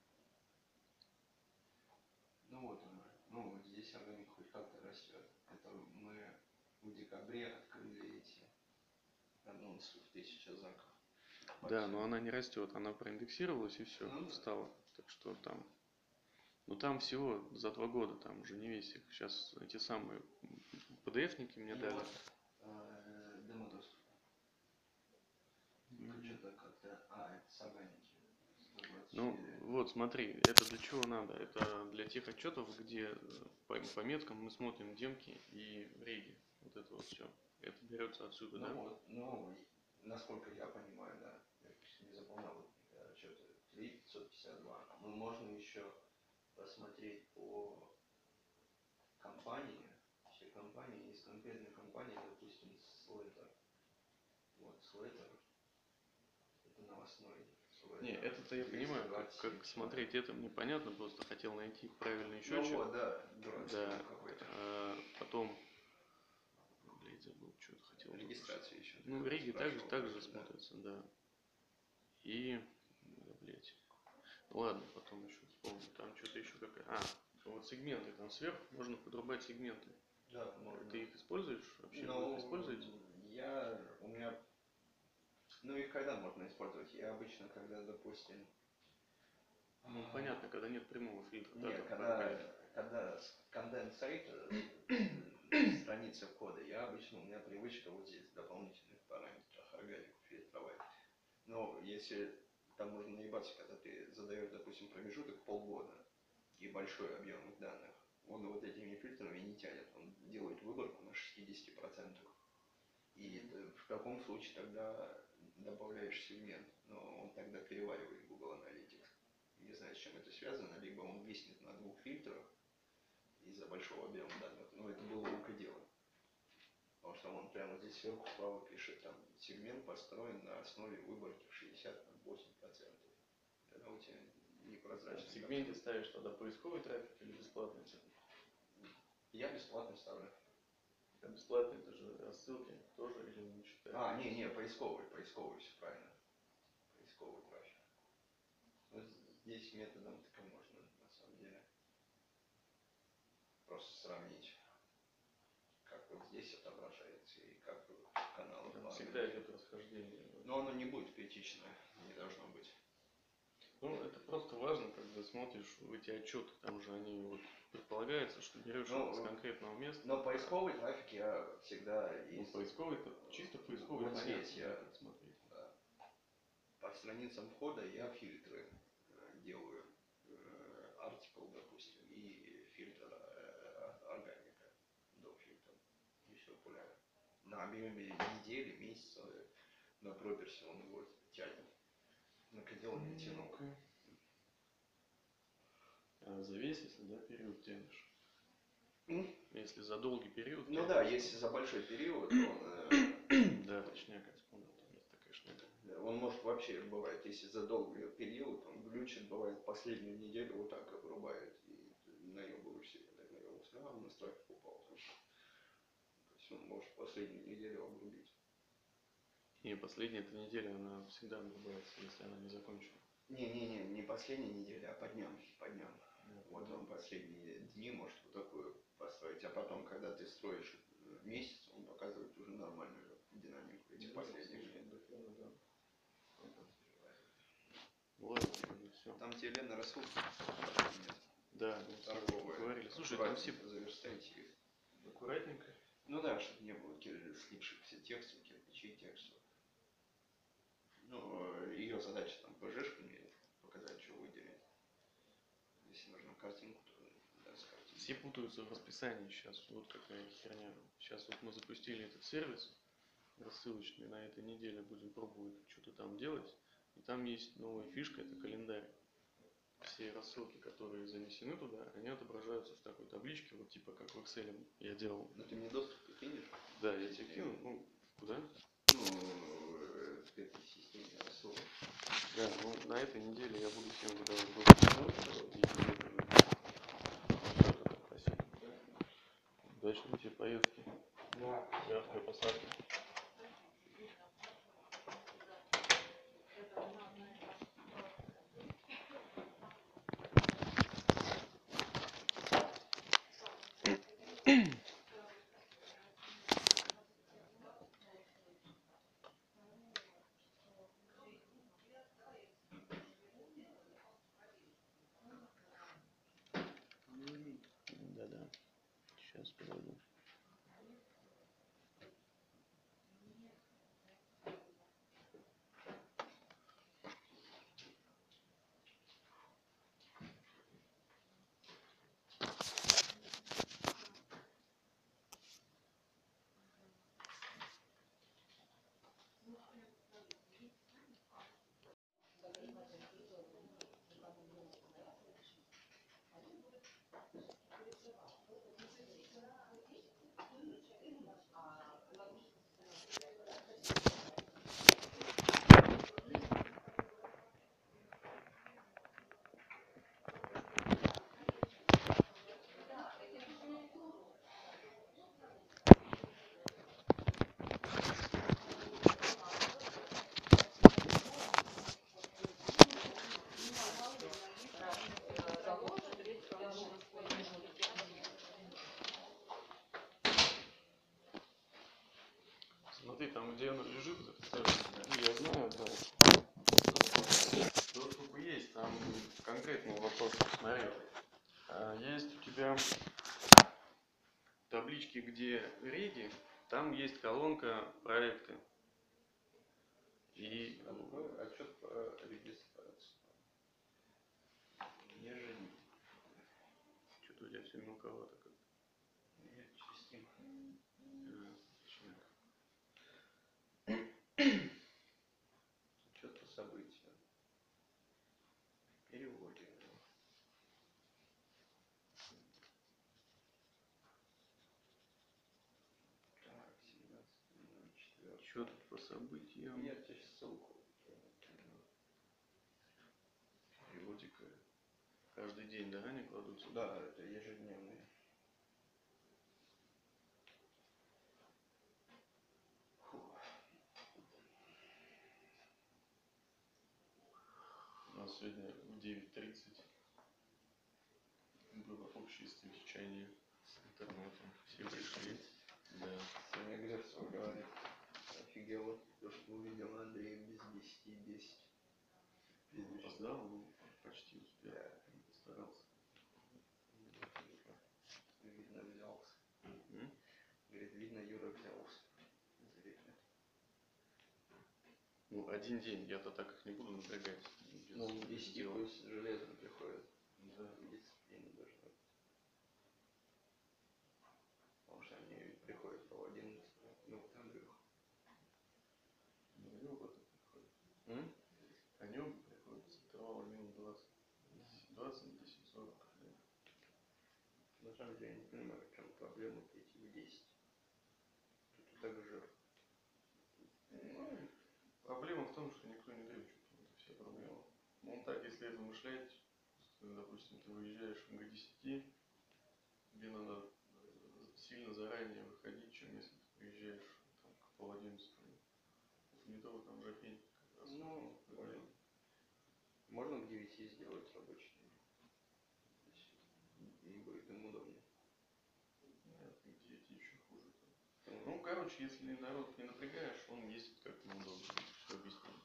Ну вот она. Ну вот здесь органика хоть как-то растет. Это мы в декабре открыли эти анонсы в 1000 знаков. Да, но она не растет, она проиндексировалась и все, Ну, встала. Так что там. Ну там всего за 2 года, там уже не весь их. Сейчас эти самые PDF-ники мне дали. вот демо-доступ. Это что-то как-то... А, это с органики. Ну, 124. вот, смотри, это для чего надо? Это для тех отчетов, где по меткам мы смотрим демки и реги. Вот это вот все. Это берется отсюда, Ну да? вот, ну, насколько я понимаю, да. Я не запомнил отчеты. 3552. Ну, можно еще посмотреть по компании. Все компании. Есть конкретная компания, допустим, Slater. Вот, Slater. Это новостной. Не, это-то я понимаю, как смотреть, это мне понятно, просто хотел найти правильный счетчик. Ну вот, да, дурацкий Да. какой-то. Потом, блядь, забыл, что-то хотел. Регистрация еще. Ну, реги также да. смотрятся, да. И, да, блядь. Ладно, потом еще вспомню. Там что-то еще какая. Вот сегменты там сверху можно подрубать сегменты. Да, можно. Ты их используешь вообще? Ну, Вы их используете? у меня, ну их когда можно использовать? Я обычно, когда, допустим... Ну, понятно, когда нет прямого фильтра. Нет, да, когда конденсейт страница кода, у меня привычка вот здесь в дополнительных параметрах органику фильтровать. Но если там можно наебаться, когда ты задаешь, допустим, промежуток полгода и большой объем данных, он вот этими фильтрами не тянет, он делает выборку на 60%. И в каком случае тогда добавляешь сегмент, но он тогда переваривает Google Analytics. Не знаю, с чем это связано, либо он виснет на 2 фильтрах из-за большого объема данных, но это было рукодело. Там он прямо здесь сверху справа пишет, там сегмент построен на основе выборки в 68%. Тогда у тебя непрозрачно. В сегменте ставишь тогда поисковый трафик или бесплатный трафик? Я бесплатно ставлю. А бесплатный это же рассылки тоже или не считается? Не, поисковый, все правильно. Поисковый трафик. Вот здесь методом так и можно, на самом деле, просто сравнить, как вот здесь отображается и как каналы. Там всегда идет расхождение. Но оно не будет критичное, не должно быть. Ну, это просто важно, когда смотришь в эти отчеты, там же они вот предполагается, что берешь из конкретного места. Но поисковый трафик я всегда есть. Ну, поисковый, это чисто поисковый вот трафик. Здесь я смотреть. Да. По страницам входа я фильтры делаю. Article, допустим, и фильтр органика до фильтра. И все пуляю. На объеме недели, месяца, на проперсе он его тянет. На кадил не тянул. А за весь, если, да, период тянешь? Если за долгий период. Ну да, если за большой период, он... Да, точняк, я вспомнил, там есть такая шняга. Он может вообще, бывает, если за долгий период, он глючит, бывает, последнюю неделю вот так обрубает, и наебываешься, когда наебался, а на трафик упал. То есть он может последнюю неделю обрубить. И последняя эта неделя, она всегда обрубается, если она не закончена. Не последняя неделя, а по дням. Вот он последние дни может вот такую построить, а потом, когда ты строишь месяц, он показывает уже нормальную динамику этих последних дней. Ладно, все. Там тебе Лена рассылку? Нет. Да, мы говорили. Слушай, там все заверстайте их. Аккуратненько. Ну да, чтобы не было слипшихся текстов, кирпичей текстов. Ну, ее задача там PG-шками показать, что выделить. Если нужна картинку, то да, с картинкой. Все путаются в расписании сейчас. Вот какая херня. Сейчас вот мы запустили этот сервис рассылочный. На этой неделе будем пробовать что-то там делать. И там есть новая фишка, это календарь. Все рассылки, которые занесены туда, они отображаются в такой табличке, вот типа как в Excel я делал. Ну ты мне доступ кинешь? Да, я тебе кину. Ну, куда? Ну, к этой системе рассылок. Да, ну на этой неделе я буду всем выдавать доступ. Спасибо. Удачной тебе поездки. Да. Мягкой посадки. Да-да. Сейчас подойду. Смотри, там где оно лежит, я знаю, да. Доступ есть, там конкретный вопрос. Смотри, есть у тебя таблички, где реги, там есть колонка проекты. И отчет по регистрации. что-то у тебя все мелковато как-то. Я частенько. Отчет по событию. Переводе. Так, 17 Что тут по событиям? Я тебе ссылку. Периодика. Каждый день, да, они кладутся? Да, это ежедневные. У нас сегодня в 9:30 было общее совещание с интернетом. Все пришли. Да. Сегодня Грефцев говорит, офигела, то, что увидел Андрея без 10. Опоздал, ну, почти успел. Да. Старался. Видно, взялся. Говорит, видно, Юра взялся. Ну, один день, я-то так их не буду напрягать. Ну, 10 пусть железно приходит. Да. Дисциплина должна быть. Потому что они приходят в 11, ну, вот Андрюх. Ну, они оба так приходят. Они оба приходят с интервала минут 20. 20 на 10:40. Да. На самом деле я не понимаю, в чем проблема прийти в 10. Тут и так жир. Ну, проблема в том, что никто не дрючит. Это вся проблема. Он так, если размышлять, допустим, ты выезжаешь в МГ-10, тебе надо сильно заранее выходить, чем если ты приезжаешь там, к 10:30. Не того там жопень. Ну, можно к 9 сделать рабочий день. И будет им удобнее. Нет, к 9 еще хуже. Ну, короче, если народ не напрягаешь, он ездит как неудобно. Все объясню.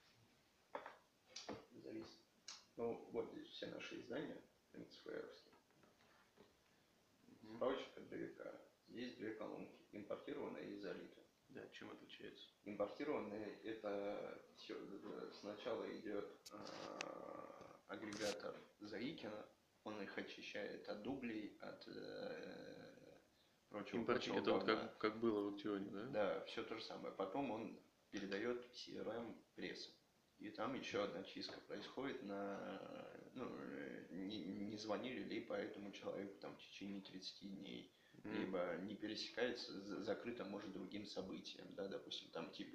Завис. Ну, вот здесь все наши издания, МЦФРовские. Справочник от ДВК. Здесь две колонки. Импортированные и залиты. Да, чем отличается? Импортированные это все. Сначала идет агрегатор Заикина. Он их очищает от дублей, от прочего. Импортик, это вот как было в Актионе, да? Да, все то же самое. Потом он передает в CRM пресс. И там еще одна чистка происходит на... Ну, не звонили ли по этому человеку там в течение 30 дней, либо не пересекается, закрыто, может, другим событием, да, допустим, там тип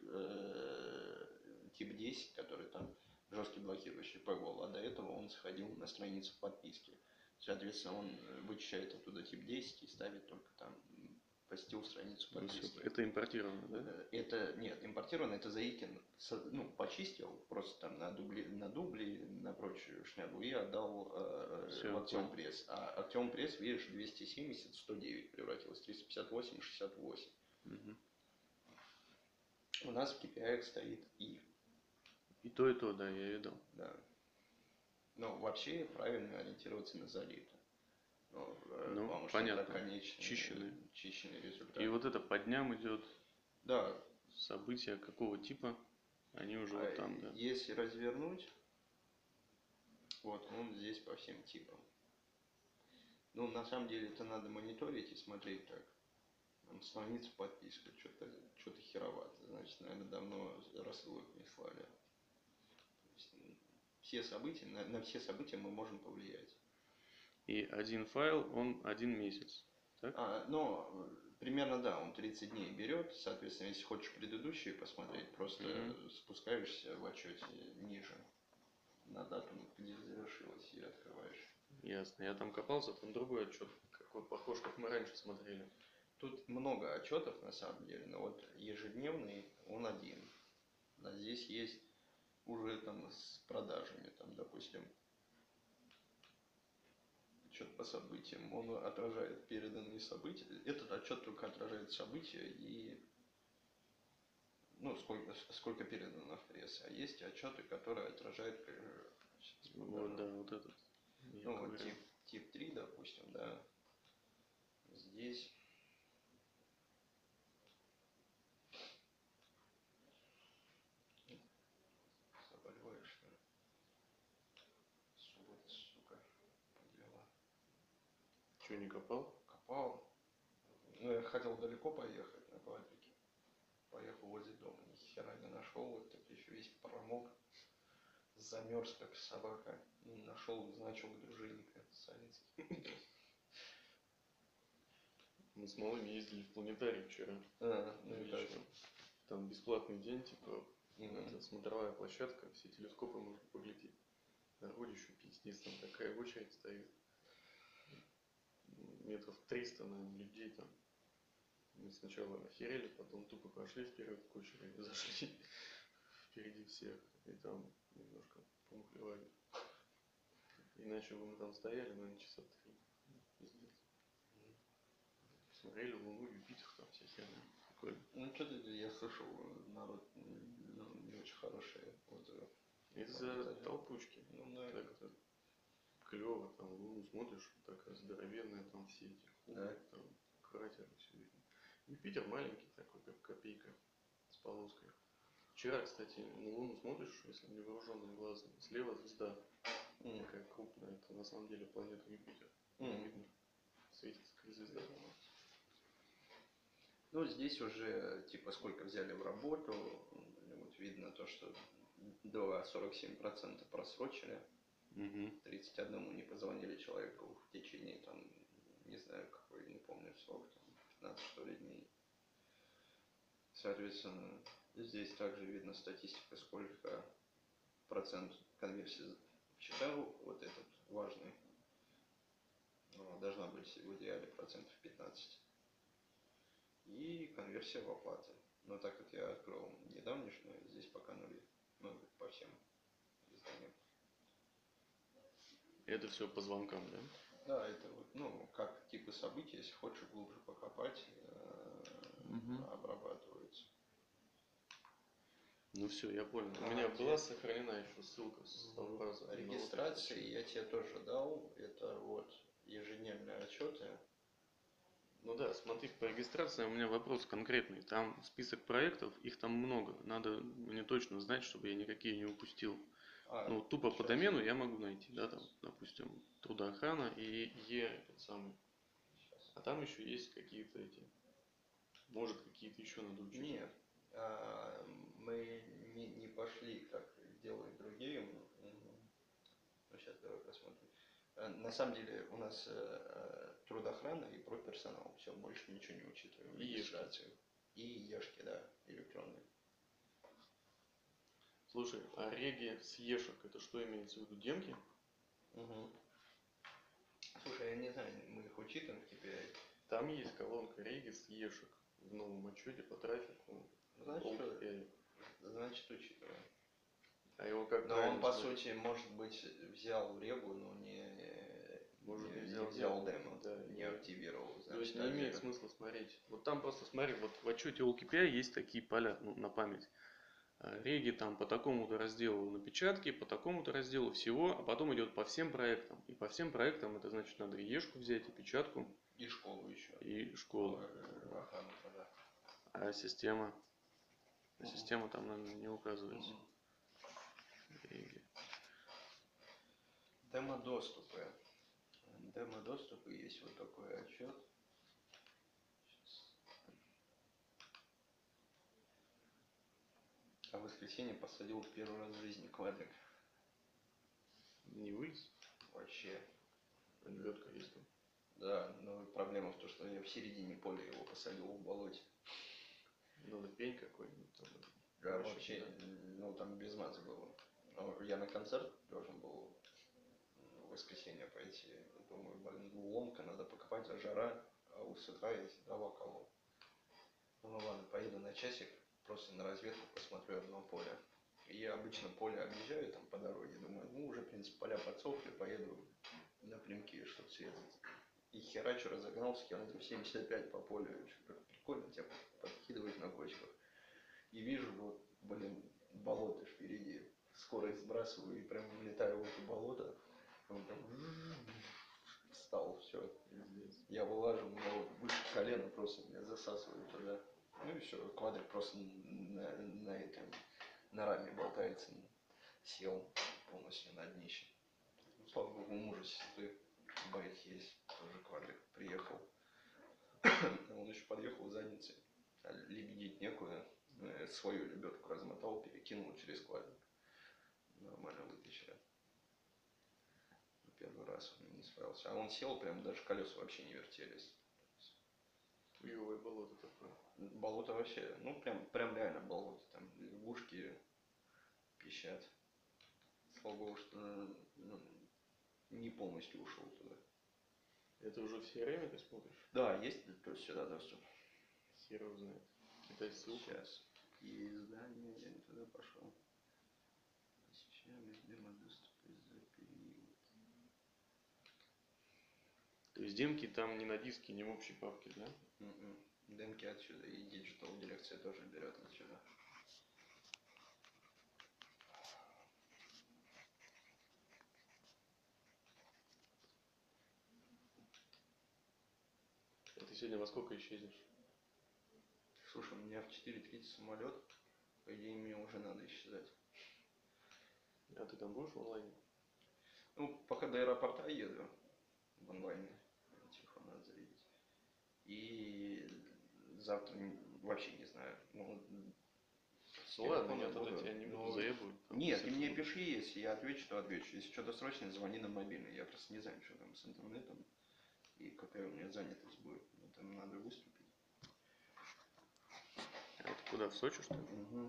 10, который там жесткий блокирующий ПГОЛ, а до этого он сходил на страницу подписки. Соответственно, он вычищает оттуда тип 10 и ставит только там посетил страницу подписки. Это импортировано, да? Это, нет, импортировано, это Заикин, ну, почистил просто там на дубли, на прочую шнягу и отдал в Актион Пресс. А Актион Пресс, видишь, 270, 109 превратилось, 358, 68. У нас в KPI стоит И. И то, да, я видел. Да. Но вообще правильно ориентироваться на залито. Ну, потому понятно. Что это чищенный результат. И вот это по дням идет. Да. События какого типа, они уже вот там, да. Если развернуть, вот он здесь по всем типам. Ну, на самом деле, это надо мониторить и смотреть так. Там страница подписка, что-то херовато. Значит, наверное, давно рассылок не слали. Все события, на все события мы можем повлиять. И один файл, он 1 месяц, так? Примерно, да, он 30 дней берет. Соответственно, если хочешь предыдущие посмотреть, просто спускаешься в отчете ниже на дату, где завершилось, и открываешь. Ясно. Я там копался, там другой отчет, какой похож, как мы раньше смотрели. Тут много отчетов на самом деле, но вот ежедневный он один. А здесь есть уже там с продажами, там, допустим, отчет по событиям. Он отражает переданные события. Этот отчет только отражает события и сколько передано в прессе. А есть отчеты, которые отражают... Вот, да, вот этот. Вот тип 3, допустим, да. Здесь... Заболеваешь, что ли? Сука, подвела. Че, не копал? Копал. Ну, я хотел далеко поехать на квадрике. Поехал возле дома, ни хера не нашел. Вот так еще весь промок. Замерз, как собака. Нашел значок дружинника Советский. Мы с малыми ездили в планетарий вчера. Ну и как? Там бесплатный день, типа, Мгм. это смотровая площадка, все телескопы можно поглядеть. Народу еще пиздец, там такая очередь стоит. Метров 300, наверное, людей там. Мы сначала охерели, потом тупо пошли вперед к очереди, зашли впереди всех. И там немножко помухлевали. Иначе бы мы там стояли, наверное, часа 3. Пиздец. Смотрели Луну, Юпитер, там вся херня. Прикольно. Ну, что-то я слышал, народ не очень хорошие отзывы. Из-за толпучки. Ну, да. Так-то клево, там Луну смотришь, такая здоровенная, там все эти хубы, Да. там кратеры, все видно. Юпитер маленький такой, как копейка с полоской. Вчера, кстати, на Луну смотришь, если невооруженным глазом, слева звезда такая крупная, это на самом деле планета Юпитер. Видно, светится как звезда. Ну, здесь уже, типа, сколько взяли в работу, вот видно то, что до 47% просрочили, 31 не позвонили человеку в течение, там, не знаю, какой, не помню срок, там, 15 что ли дней. Соответственно, здесь также видно статистика, сколько процент конверсии читал, вот этот важный, должна быть в идеале процентов 15. И конверсия в оплаты. Но так как я открыл недавнешнюю, здесь пока нули. Ну, по всем изданиям. Это все по звонкам, да? Да, это вот, ну, как типы событий, если хочешь глубже покопать, обрабатывается. Ну все, я понял. У меня была сохранена еще ссылка с того раза. Регистрация я тебе тоже дал. Это вот ежедневные отчеты. Ну да, смотри, по регистрации у меня вопрос конкретный. Там список проектов, их там много. Надо мне точно знать, чтобы я никакие не упустил. Ну, тупо по домену я могу найти, да, там, допустим, трудоохрана и этот самый. А там еще есть какие-то эти. Может, какие-то еще надо учить. Нет, мы не пошли, как делают другие. Ну, сейчас давай посмотрим. На самом деле у нас трудоохрана и проперсонал. Все, больше ничего не учитываем. И Регистрацию. И ешки, да, электронные. Слушай, а реги с ешек, это что имеется в виду? Демки? Слушай, я не знаю, мы их учитываем в KPI. Там есть колонка реги с ешек в новом отчете по трафику. Значит, учитываем. А его как Но он, по смотреть? сути, может быть, взял регу, но не взял демо, да, не активировал. То есть не имеет смысла смотреть. Вот там просто смотри, вот в отчете OKPI есть такие поля, ну, на память. Реги там по такому-то разделу напечатки, по такому-то разделу всего, а потом идет по всем проектам. И по всем проектам это значит надо и ешку взять, и печатку. И школу еще. И школу. А система? А система там, наверное, не указывается. Реги. Демо-доступы. Демо-доступы есть вот такой отчет. А в воскресенье посадил первый раз в жизни квадрик. Не вылез? Вообще. Лебедка есть там. Да, но проблема в том, что я в середине поля его посадил в болоте. Надо пень какой-нибудь там. Да, вообще, ну там без маза было. Но я на концерт должен был в воскресенье пойти. Думаю, блин, ломка, надо покопать, а жара, а с утра я дрова колол. Ну ладно, поеду на часик, просто на разведку посмотрю одно поле. И я обычно поле объезжаю там по дороге, думаю, ну уже, в принципе, поля подсохли, поеду напрямки, чтобы срезать. И херачу, разогнался километров 75 по полю, что-то прикольно тебя подкидывать на кочках. И вижу, вот, блин, болото впереди. Скорость сбрасываю и прям влетаю в это болото. Он прям встал, все. Я вылажу, у меня вот выше колена просто меня засасывает туда. Ну и все, квадрик просто на раме болтается. Сел полностью на днище. Ну, слава богу, у мужа сестры байк есть, тоже квадрик приехал. Он еще подъехал задницей, а лебедить некуда. Свою лебедку размотал, перекинул через квадрик. Нормально вытащили. Первый раз он не справился. А он сел, прям даже колеса вообще не вертелись. хуёвое болото такое. Болото вообще, ну прям реально болото. Там лягушки пищат. Слава богу, что ну, не полностью ушел туда. Это уже в CRM ты смотришь? Да, есть то есть сюда доступ. Хер его знает. Дай ссылку. Сейчас. Издание, я не туда пошел. Посещаем безмерно доступ из-за период. То есть демки там не на диске, не в общей папке, да? Демки отсюда, и Digital дирекция тоже берет отсюда. А ты сегодня во сколько исчезнешь? Слушай, у меня в 4:30 самолет. По идее, мне уже надо исчезать. А ты там будешь в онлайне? Ну, пока до аэропорта еду в онлайне. Телефон надо зарядить. И завтра вообще не знаю. Ну ладно, я тогда тебя не буду заебывать. Нет, ты мне пиши, если я отвечу, то отвечу. Если что-то срочное, звони на мобильный. Я просто не знаю, что там с интернетом и какая у меня занятость будет. Мне там надо выступить. А это куда, в Сочи, что ли? Угу.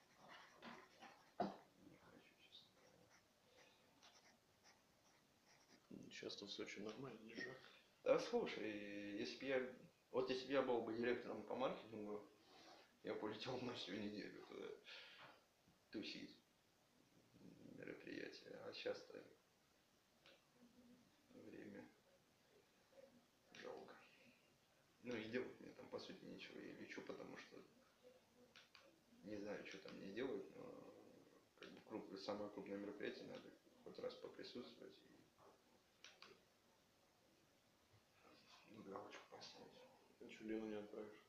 Сейчас-то в Сочи нормально, не жарко. Да слушай, если бы я был бы директором по маркетингу, я полетел на всю неделю туда тусить мероприятия. А сейчас-то время жалко. Ну и делать мне там по сути нечего. Я лечу, потому что не знаю, что там мне делать, но как бы самое крупное мероприятие надо хоть раз поприсутствовать и галочку поставить. А что, Лену не отправишь?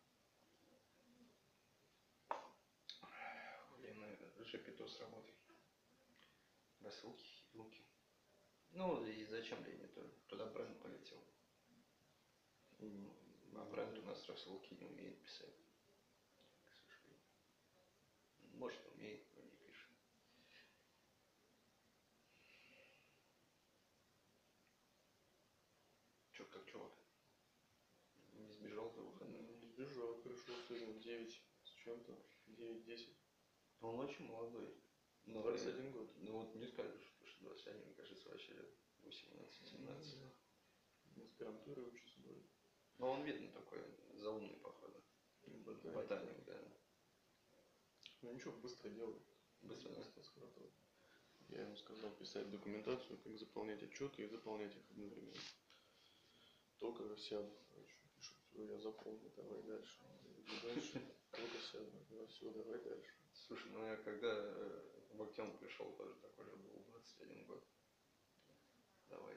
Лена Жепито с работы. Рассылки, хилки. Ну и зачем Лене туда бренд полетел? А бренд у нас рассылки не умеет писать. К сожалению. Может умеет, но не пишет. Чё, как чувак? Не сбежал за выходные? Не сбежал, пришел сегодня в 9 с чем-то, 9-10. Он очень молодой. 21 год. Ну вот не скажешь, что 21, мне кажется, вообще 18-17. В аспирантуре учится будет. Но он видно такой, заумный, походу. Ботаник, да. Ну ничего, быстро делает. Быстро, да? Схватывает. Я ему сказал писать документацию, как заполнять отчеты и заполнять их одновременно. Только сяду, короче, пишет, все, я заполнил, давай дальше. Иду дальше, только сяду, ну все, давай дальше. Слушай, ну я когда в Актем пришел, тоже такой же был, 21 год. Давай.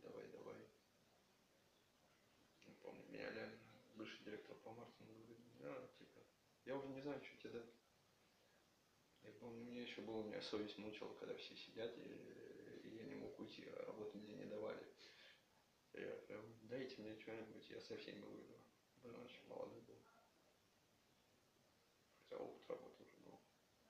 Не помню, меня Ляля, бывший директор по маркетингу, говорит, типа, я уже не знаю, что тебе дать. Я помню, мне еще было, меня совесть мучила, когда все сидят, и я не мог уйти, а работы мне не давали. Я прям, дайте мне что-нибудь, я со всеми выйду. Блин, очень молодой был. Хотя опыт работы уже был.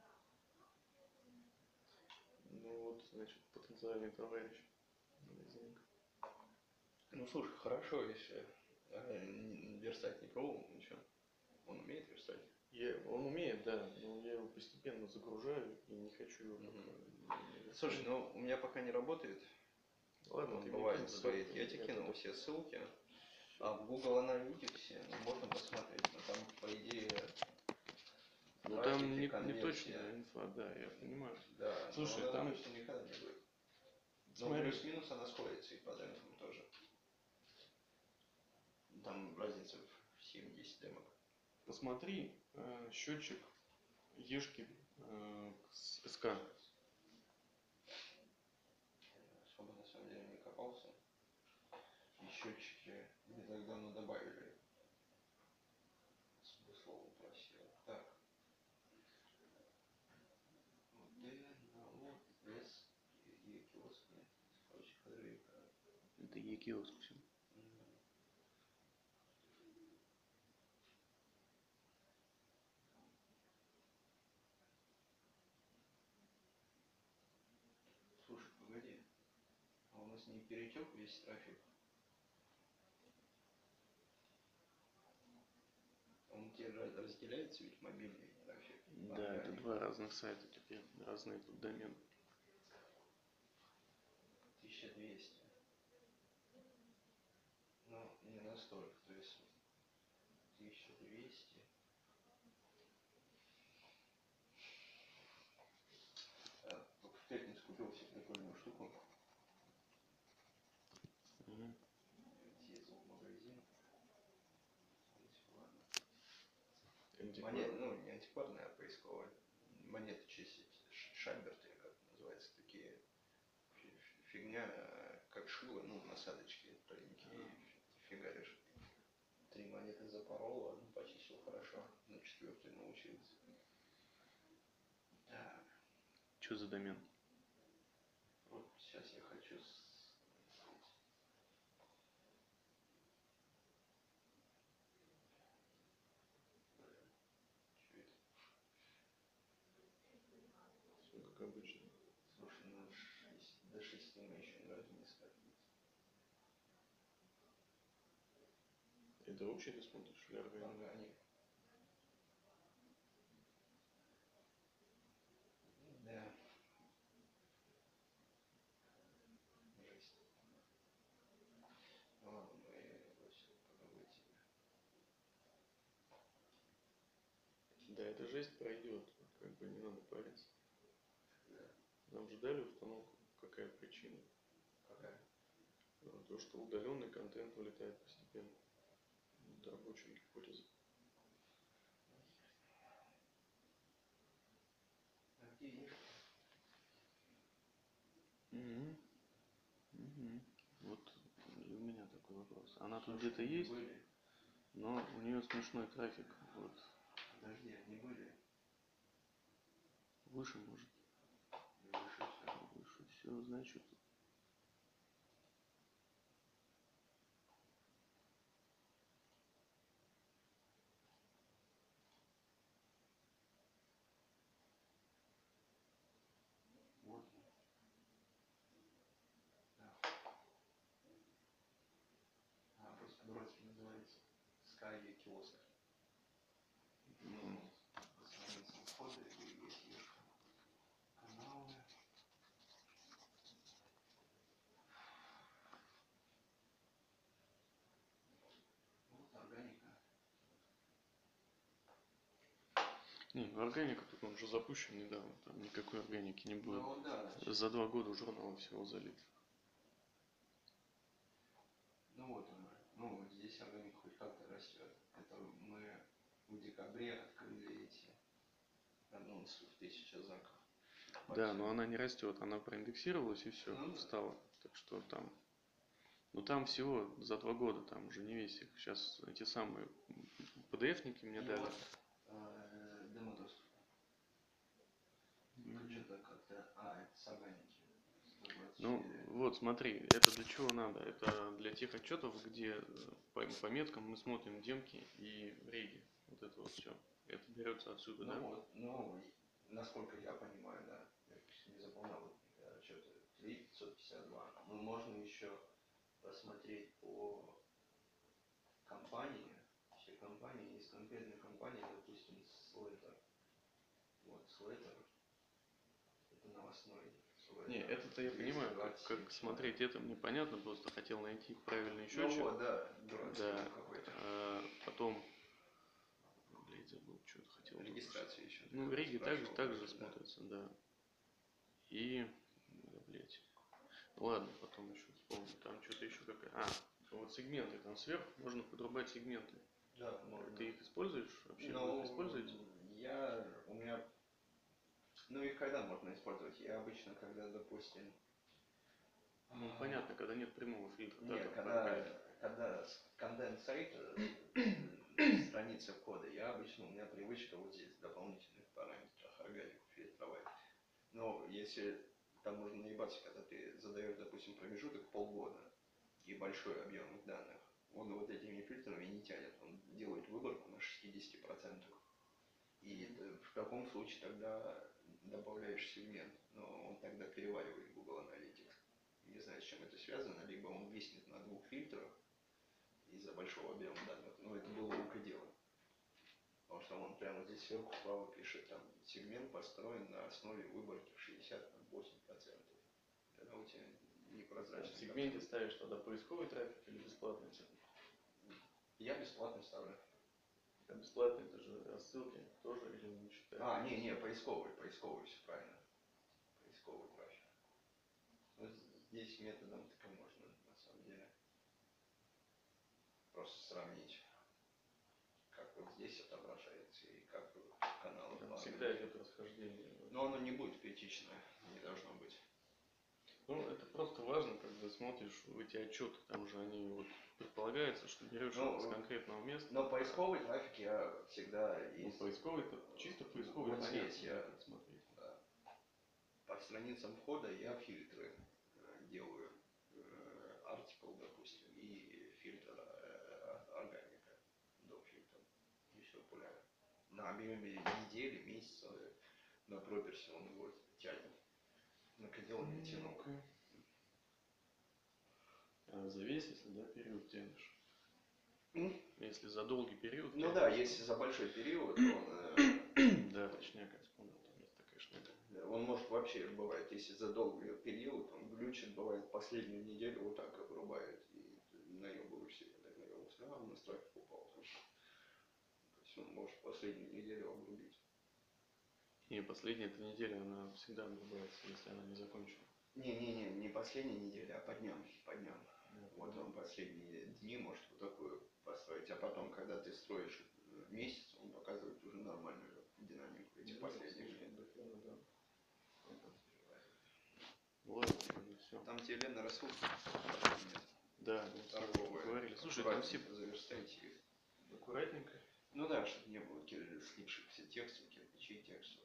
Ну вот, значит, потенциальный товарищ. Магазинник. Ну слушай, хорошо, если верстать не пробовал, ничего. Он умеет верстать? Он умеет, да, но я его постепенно загружаю и не хочу его Слушай, ну у меня пока не работает. Ладно, он ты бывает мне кинь стоит. ссылку, Я тебе кинул это... все ссылки. А в Google Analytics можно посмотреть, но там, по идее, ну там не точная инфа, да, я понимаю. Да, слушай, но там точно никогда не будет. Но смотри, плюс-минус она сходится и по демпам тоже. Там разница в 7-10 демок. посмотри счетчик Ешки с СК. Особо на самом деле не копался. И счетчики не так давно добавили. Смыслово просил. Так. Вот без Е-киоск. Нет. Короче, ходовика. Это Е-киоск все. Слушай, погоди. А у нас не перетек весь трафик? те разделяется ведь мобильный трафик. Да, это два разных сайта теперь, разные тут домены. 1200. Ну, не настолько, то есть 1200. В пятницу купил себе прикольную штуку. Съездил в магазин. Ладно. Монет, ну, не антикварная, а поисковая. Монеты чистить. Шаберты, как это называется, такие. Фигня, как шило, ну, насадочки тоненькие, фигаришь. 3 монеты запорол, одну почистил хорошо, на 4-й научился. Так. Что за домен? Вот сейчас я хочу Все как обычно. Слушай, ну до 6 мы еще ни разу не скатывались. Это вообще ты смотришь или органик? Органик. Да. Жесть. Ну ладно, мы бросим подумайте. Да, эта жесть пройдет, как бы не надо париться. Да. Нам же дали установку, какая причина? Какая? То, что удаленный контент вылетает постепенно. Это рабочая гипотеза. А где ешь? Вот и у меня такой вопрос. Она тут Слушай, где-то они есть, были. но у нее смешной трафик. Вот. Подожди, они были. Выше может. Выше все. Выше все, значит. Вот. Да. А, просто бросить называется. Sky киоск. Ну, основные входы и есть ешка. Каналы. Вот органика. Не, органика тут он уже запущен недавно, там никакой органики не будет. Ну да. За 2 года журнала всего залит. Ну вот она. Ну вот здесь органика хоть как-то растет. Это мы в декабре открыли эти анонсы в 1000 знаков. Да, но она не растет, она проиндексировалась и все, Ну, встала. Так что там. Ну там всего за 2 года, там уже не весь их. Сейчас эти самые PDF-ники мне дали. Вот, демо-доступ. Это что-то как-то... А, это с органики. Ну, 124. вот смотри, это для чего надо? Это для тех отчетов, где по меткам мы смотрим демки и реги. Вот это вот все. Это берется отсюда, Ну да? вот, ну, насколько я понимаю, да. Я не заполнял что-то 3552. Но можно еще посмотреть по компании. Все компании, есть конкретная компания, допустим, Slater. Вот, Slater. Это новостной. Не, это-то я понимаю, как смотреть, это мне понятно, просто хотел найти правильный счетчик. Ну вот, да, дурацкий Да. какой-то. Потом, блядь, забыл, что-то хотел. Регистрация еще. Ну, Риги также да. смотрится, да. И, да, блядь. Ладно, потом еще вспомню. Там что-то еще какая. Вот сегменты там сверху можно подрубать сегменты. Да, можно. Ты их используешь вообще? Ну, Вы их используете? у меня, ну их когда можно использовать? Я обычно, когда, допустим... Ну, понятно, когда нет прямого фильтра. Нет, да, когда контент сайта, страница кода, у меня привычка вот здесь в дополнительных параметрах органику фильтровать. Но если там можно наебаться, когда ты задаешь, допустим, промежуток полгода и большой объем данных, он вот этими фильтрами не тянет, он делает выборку на 60%. И в таком случае тогда добавляешь сегмент, но он тогда переваривает Google Analytics. Не знаю, с чем это связано, либо он виснет на 2 фильтрах из-за большого объема данных, но это было рукодело. Потому что он прямо здесь сверху справа пишет, там сегмент построен на основе выборки в 68%. Тогда у тебя В непрозрачно. сегменте ставишь тогда поисковый трафик или бесплатный? Я бесплатно ставлю. А бесплатный это же рассылки тоже или не считают? Не, поисковый, все правильно. Поисковый трафик. Вот здесь методом тыка можно, на самом деле, просто сравнить, как вот здесь отображается и как каналы Там плавают. всегда идет расхождение. Но оно не будет критичное, не должно быть. Ну, это просто важно, когда смотришь в эти отчеты, там же они вот предполагается, что берешь из конкретного места. Но поисковый трафик я всегда Ну, поисковый, это чисто поисковый. Вот здесь я как смотреть. Да, по страницам входа я фильтры делаю. Article, допустим, и фильтр органика до фильтра. И все пуляю. На объеме недели, месяца, на проперсе он его тянет. На кадил не тянул. А за весь, если да, период тянешь? Если за долгий период. Ну да, если за большой период, он... Да, точняк, я вспомнил, там есть такая шняга. Он может вообще, бывает, если за долгий период, он глючит, бывает, последнюю неделю вот так обрубает, и наебываешься, когда наебался, а на трафик упал. То есть он может последнюю неделю обрубить. И последняя эта неделя, она всегда обрубается, если она не закончена. Не последняя неделя, а по дням. Вот он дням. последние дни может вот такую построить, а потом, когда ты строишь месяц, он показывает уже нормальную динамику этих последних дней. Ладно, все. Там тебе Лена рассылка? Нет. Да, торговые. Говорили. Слушай, там все заверстайте их. аккуратненько. Ну да, чтобы не было слипшихся текстов, кирпичей текстов.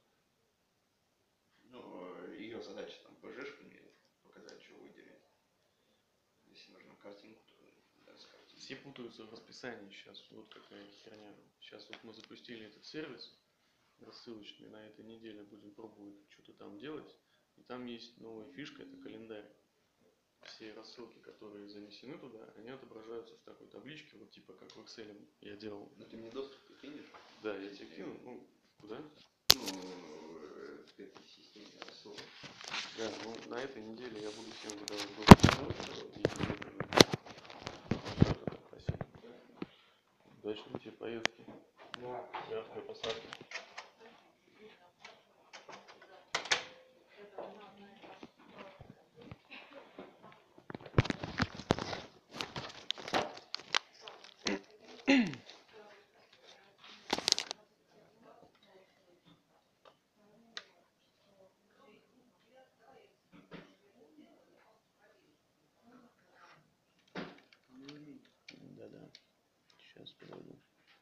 Ну, ее задача там PG-шками показать, что выделить. Если нужна картинку, то да, с картинкой. Все путаются в расписании сейчас. Вот какая херня. Сейчас вот мы запустили этот сервис рассылочный. На этой неделе будем пробовать что-то там делать. И там есть новая фишка, это календарь. Все рассылки, которые занесены туда, они отображаются в такой табличке, вот типа как в Excel я делал. Ну ты мне доступ кинешь? Да, я тебе кину. Ну, куда? Ну, к этой системе рассылок. Да, ну на этой неделе я буду всем выдавать доступ. Спасибо. Удачной тебе поездки. Да. Мягкой посадки. Да-да. Сейчас подойду.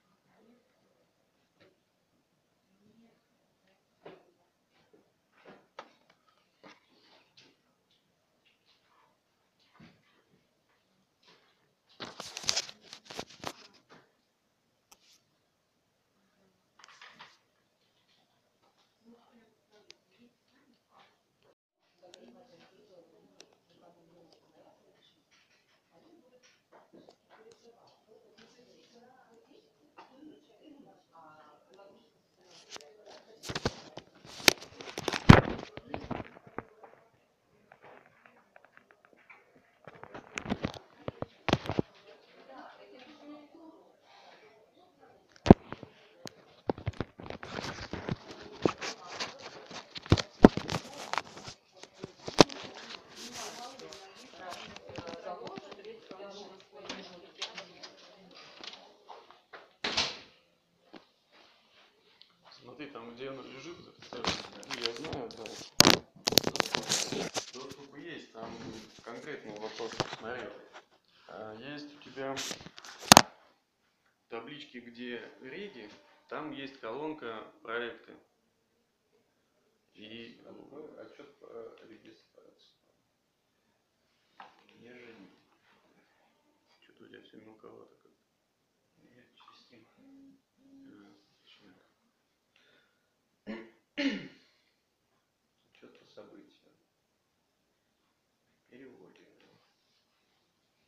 Смотри, там где оно лежит, я знаю, да. Доступ есть, там конкретный вопрос. Смотри, есть у тебя таблички, где реги, там есть колонка проекты. И отчет по регистрации. что-то у тебя все мелковато как-то. Я частим. Отчет по событию. Переводе.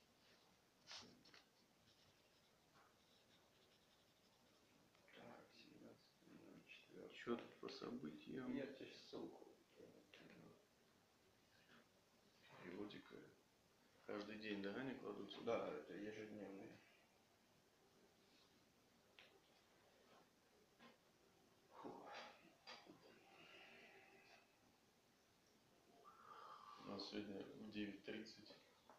Так, Отчет по событиям. Я тебе ссылку. Периодика. Каждый день, да, они кладутся? Да, это ежедневные. У нас сегодня в 9:30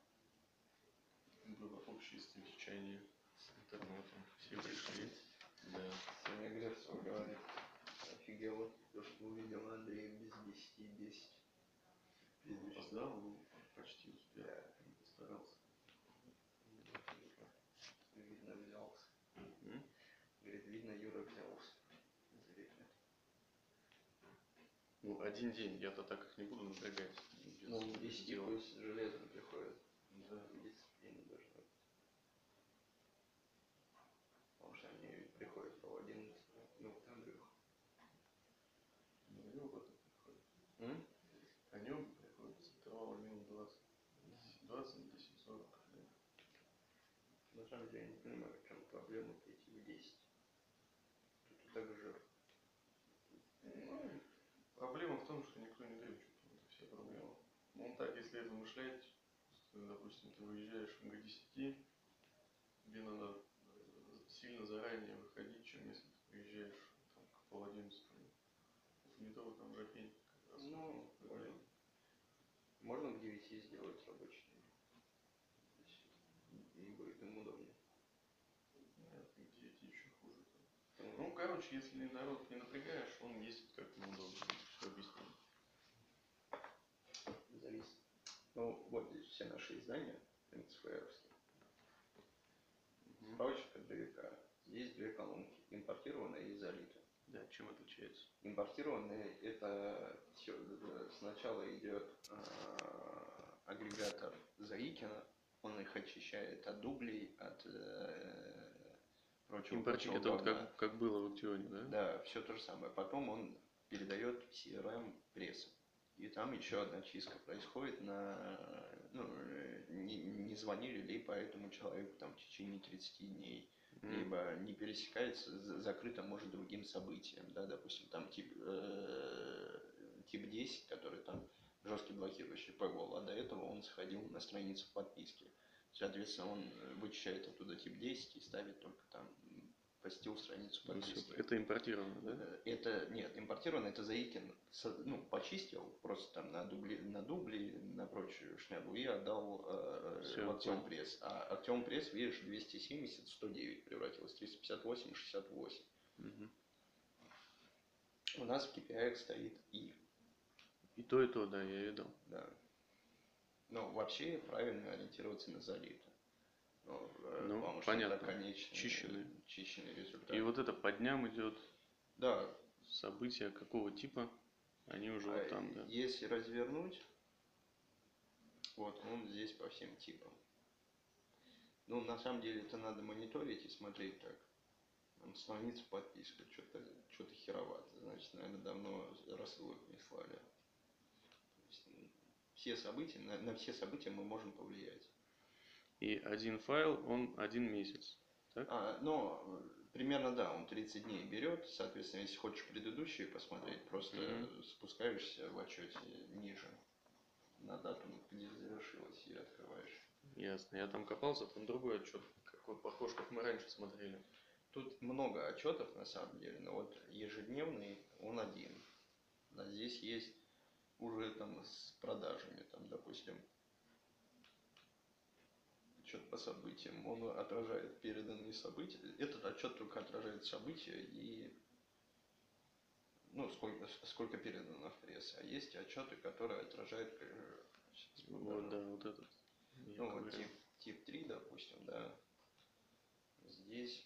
было общее совещание с интернетом. Все пришли. Да. Сегодня Грефцев говорит, офигела, то, что увидел Андрея без 10. Опоздал, ну, почти успел. Да. Старался. Видно, взялся. Говорит, видно, Юра взялся. Ну, один день, я-то так их не буду напрягать. Ну, 10 пусть железно приходит. Да. Дисциплина должна быть. Потому что они приходят в 11. Ну, вот Андрюх. Ну, они оба так приходят. Они оба приходят с интервала минут 20. 20, 10, 40. Да. На самом деле, я не понимаю, в чем проблема прийти в 10. Тут и так жир. Ну, проблема в том, что никто не дрючит. Это вся проблема. Ну, так, если размышлять, допустим, ты выезжаешь в МГ-10, тебе надо сильно заранее выходить, чем если ты приезжаешь там, к 10:30. Не то там жопень как раз. Ну, можно к 9 сделать рабочий день. И будет им удобнее. Нет, к 9 еще хуже. Ну, короче, если народ не напрягаешь, он ездит как неудобно. Все объясню. Зависит. Ну, вот здесь все наши издания, МЦФРовские. Справочник от ДВК. Здесь две колонки. Импортированные и залиты. Да, чем отличается? Импортированные это все. Сначала идет агрегатор Заикина. Он их очищает от дублей, от прочего. Импортировать это вот как было в Актионе, да? Да, все то же самое. Потом он передает в CRM пресс. И там еще одна чистка происходит не звонили ли по этому человеку там в течение 30 дней, либо не пересекается, закрыто может другим событием, да, допустим, там тип 10, который там жесткий блокирующий ПГОЛ, а до этого он сходил на страницу подписки. Соответственно, он вычищает оттуда тип 10 и ставит только там посетил страницу подписки. Это импортировано, да? Это, нет, импортировано, это Заикин, почистил просто там на дубли, на прочую шнягу и отдал в Актион Пресс. А Актион Пресс, видишь, 270, 109 превратилось, 358, 68. У нас в KPI стоит И. И то, да, я видел. Да. Но вообще правильно ориентироваться на залито. Ну, понятно. Чищенный результат. И вот это по дням идет. Да. События какого типа, они уже вот там, да. Если развернуть, вот он здесь по всем типам. Ну, на самом деле это надо мониторить и смотреть так. Там страница подписка, что-то херовато. Значит, наверное, давно рассылок не слали. Все события, на все события мы можем повлиять. И один файл, он 1 месяц, так? Примерно, да, он 30 дней берет. Соответственно, если хочешь предыдущие посмотреть, просто спускаешься в отчете ниже на дату, где завершилось, и открываешь. Ясно. Я там копался, там другой отчет, какой похож, как мы раньше смотрели. Тут много отчетов на самом деле, но вот ежедневный он один. А здесь есть уже там с продажами, там, допустим, отчет по событиям. Он отражает переданные события. Этот отчет только отражает события и сколько передано в пресс. А есть отчеты, которые отражают. Вот, да, вот этот. Вот тип 3, допустим, да. Здесь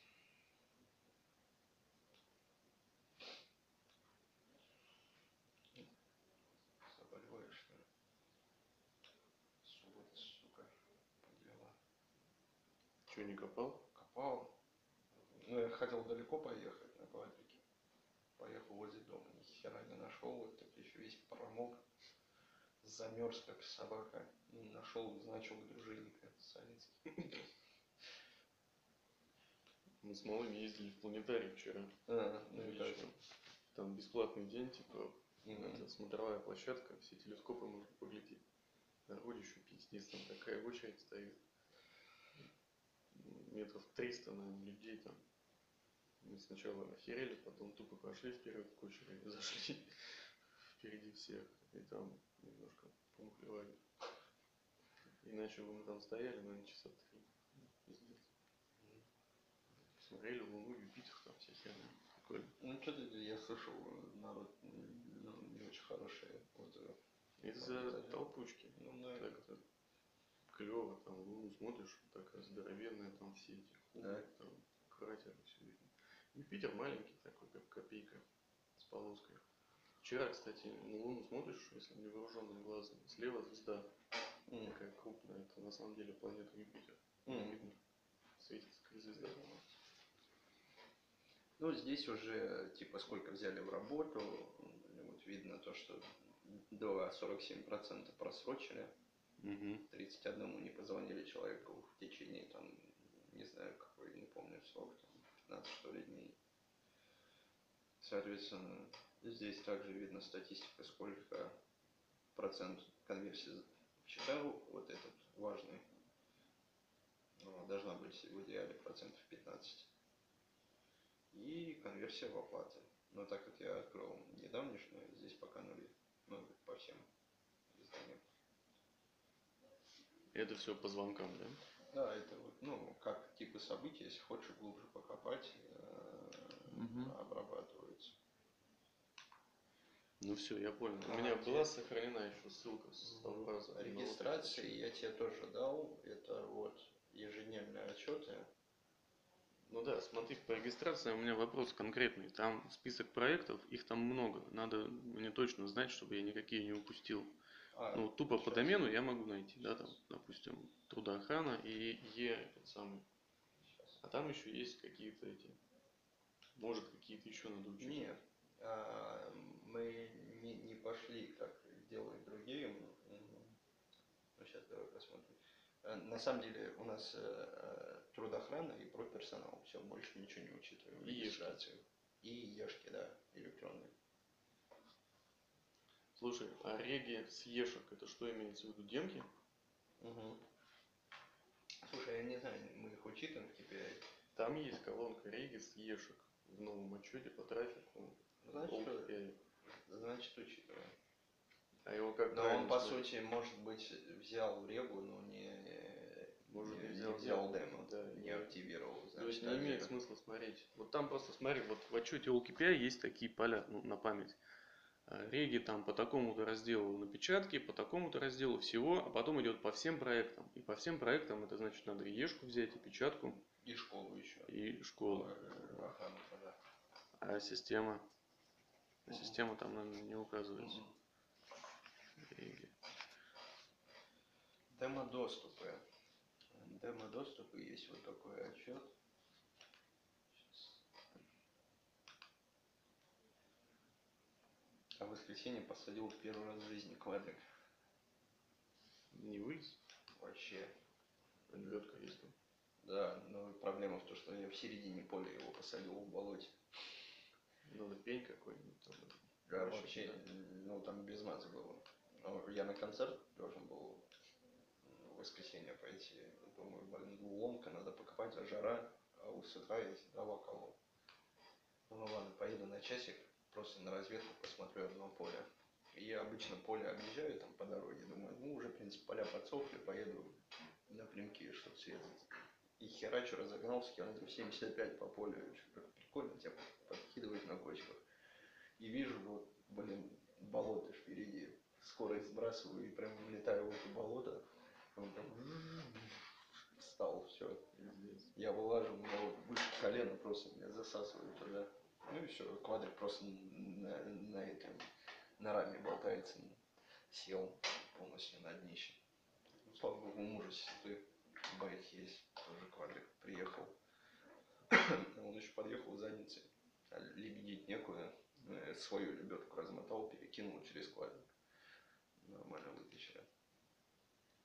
заболеваешь, что ли? Сука, подвела. Че, не копал? Копал. Ну, я хотел далеко поехать на квадрике. Поехал возле дома, ни хера не нашел. Вот так еще весь промок. Замерз, как собака. Нашел значок дружинника Савицкий. Мы с малыми ездили в планетарий вчера. Ну и как? Там бесплатный день, типа, Мгм. это смотровая площадка, все телескопы можно поглядеть. Народищу пиздец, там такая очередь стоит. Метров 300, наверное, людей там. Мы сначала охерели, потом тупо пошли вперед к очереди, зашли впереди всех. И там немножко помухлевали. Иначе бы мы там стояли, наверное, часа 3. Пиздец. Смотрели Луну, Юпитер, там вся херня. Прикольно. Ну, что-то я слышал, народ не очень хорошие отзывы. Из-за толпучки. Ну, наверное. Так-то клево, там Луну смотришь, такая здоровенная, там все эти Да. там кратеры, все видно. Юпитер маленький такой, как копейка с полоской. Вчера, кстати, на Луну смотришь, если невооруженным глазом, слева звезда такая крупная, это на самом деле планета Юпитер. Не видно, светится как звезда. Ну, здесь уже, типа, сколько взяли в работу, вот видно то, что до 47% просрочили, 31 не позвонили человеку в течение, там, не знаю, какой, не помню срок, там, 15, что ли, дней. Соответственно, здесь также видно статистика, сколько процент конверсии читал, вот этот важный, должна быть в идеале процентов 15. И конверсия в оплаты. Но так как я открыл недавнешнюю, здесь пока нули. Ну, по всем изданиям. Это все по звонкам, да? Да, это вот, ну, как типы событий, если хочешь глубже покопать, обрабатываются. Ну все, я понял. У меня была сохранена еще ссылка с того раза. Регистрации я тебе тоже дал. Это вот ежедневные отчеты. Ну да, смотри, по регистрации у меня вопрос конкретный. Там список проектов, их там много. Надо мне точно знать, чтобы я никакие не упустил. Ну, тупо по домену я могу найти, да, там, допустим, трудоохрана и этот самый. А там еще есть какие-то эти. Может, какие-то еще надо учить. Нет, мы не пошли, как делают другие. Ну, сейчас давай посмотрим. На самом деле у нас трудоохрана и проперсонал. Все, больше ничего не учитываем. И Регистрацию. И ешки, да, электронные. Слушай, а реги с ешек, это что имеется в виду? Демки? Угу. Слушай, я не знаю, мы их учитываем в KPI. Там есть колонка реги с ешек в новом отчете по трафику. Значит, учитываем. А его как? Но он, по сути, может быть, взял регу, но не взял демо, да, не активировал. Значит, то есть не имеет смысла смотреть. Вот там просто смотри, вот в отчете OKPI есть такие поля, ну, на память. Реги там по такому-то разделу напечатки, по такому-то разделу всего, а потом идет по всем проектам. И по всем проектам это значит надо и ешку взять, и печатку. И школу еще. И школу. Да. А система? Система там, наверное, не указывается. Реги. Демо-доступы. Демо-доступы есть вот такой отчет. А в воскресенье посадил первый раз в жизни квадрик. Не вылез? Вообще. Лебедка есть там. Да, но проблема в том, что я в середине поля его посадил в болоте. Надо пень какой-нибудь там. Да, вообще, ну там без маза было. Я на концерт должен был в воскресенье пойти. Думаю, блин, ломка, надо покопать, а жара, а с утра я дрова колол. Ну ладно, поеду на часик, просто на разведку посмотрю одно поле. И я обычно поле объезжаю там по дороге, думаю, ну уже, в принципе, поля подсохли, поеду напрямки, чтобы срезать. И херачу, разогнался километров 75 по полю, что-то прикольно тебя подкидывает на кочках. И вижу, вот, блин, болото впереди. Скорость сбрасываю и прям влетаю в это болото. Он прям встал, все. Я вылажу, у меня вот выше колена просто меня засасывает туда. Ну и все, квадрик просто на раме болтается. Сел полностью на днище. Ну, слава богу, у мужа сестры байк есть, тоже квадрик приехал. Он еще подъехал задницей, а лебедить некуда. Свою лебедку размотал, перекинул через квадрик. Нормально вытащили.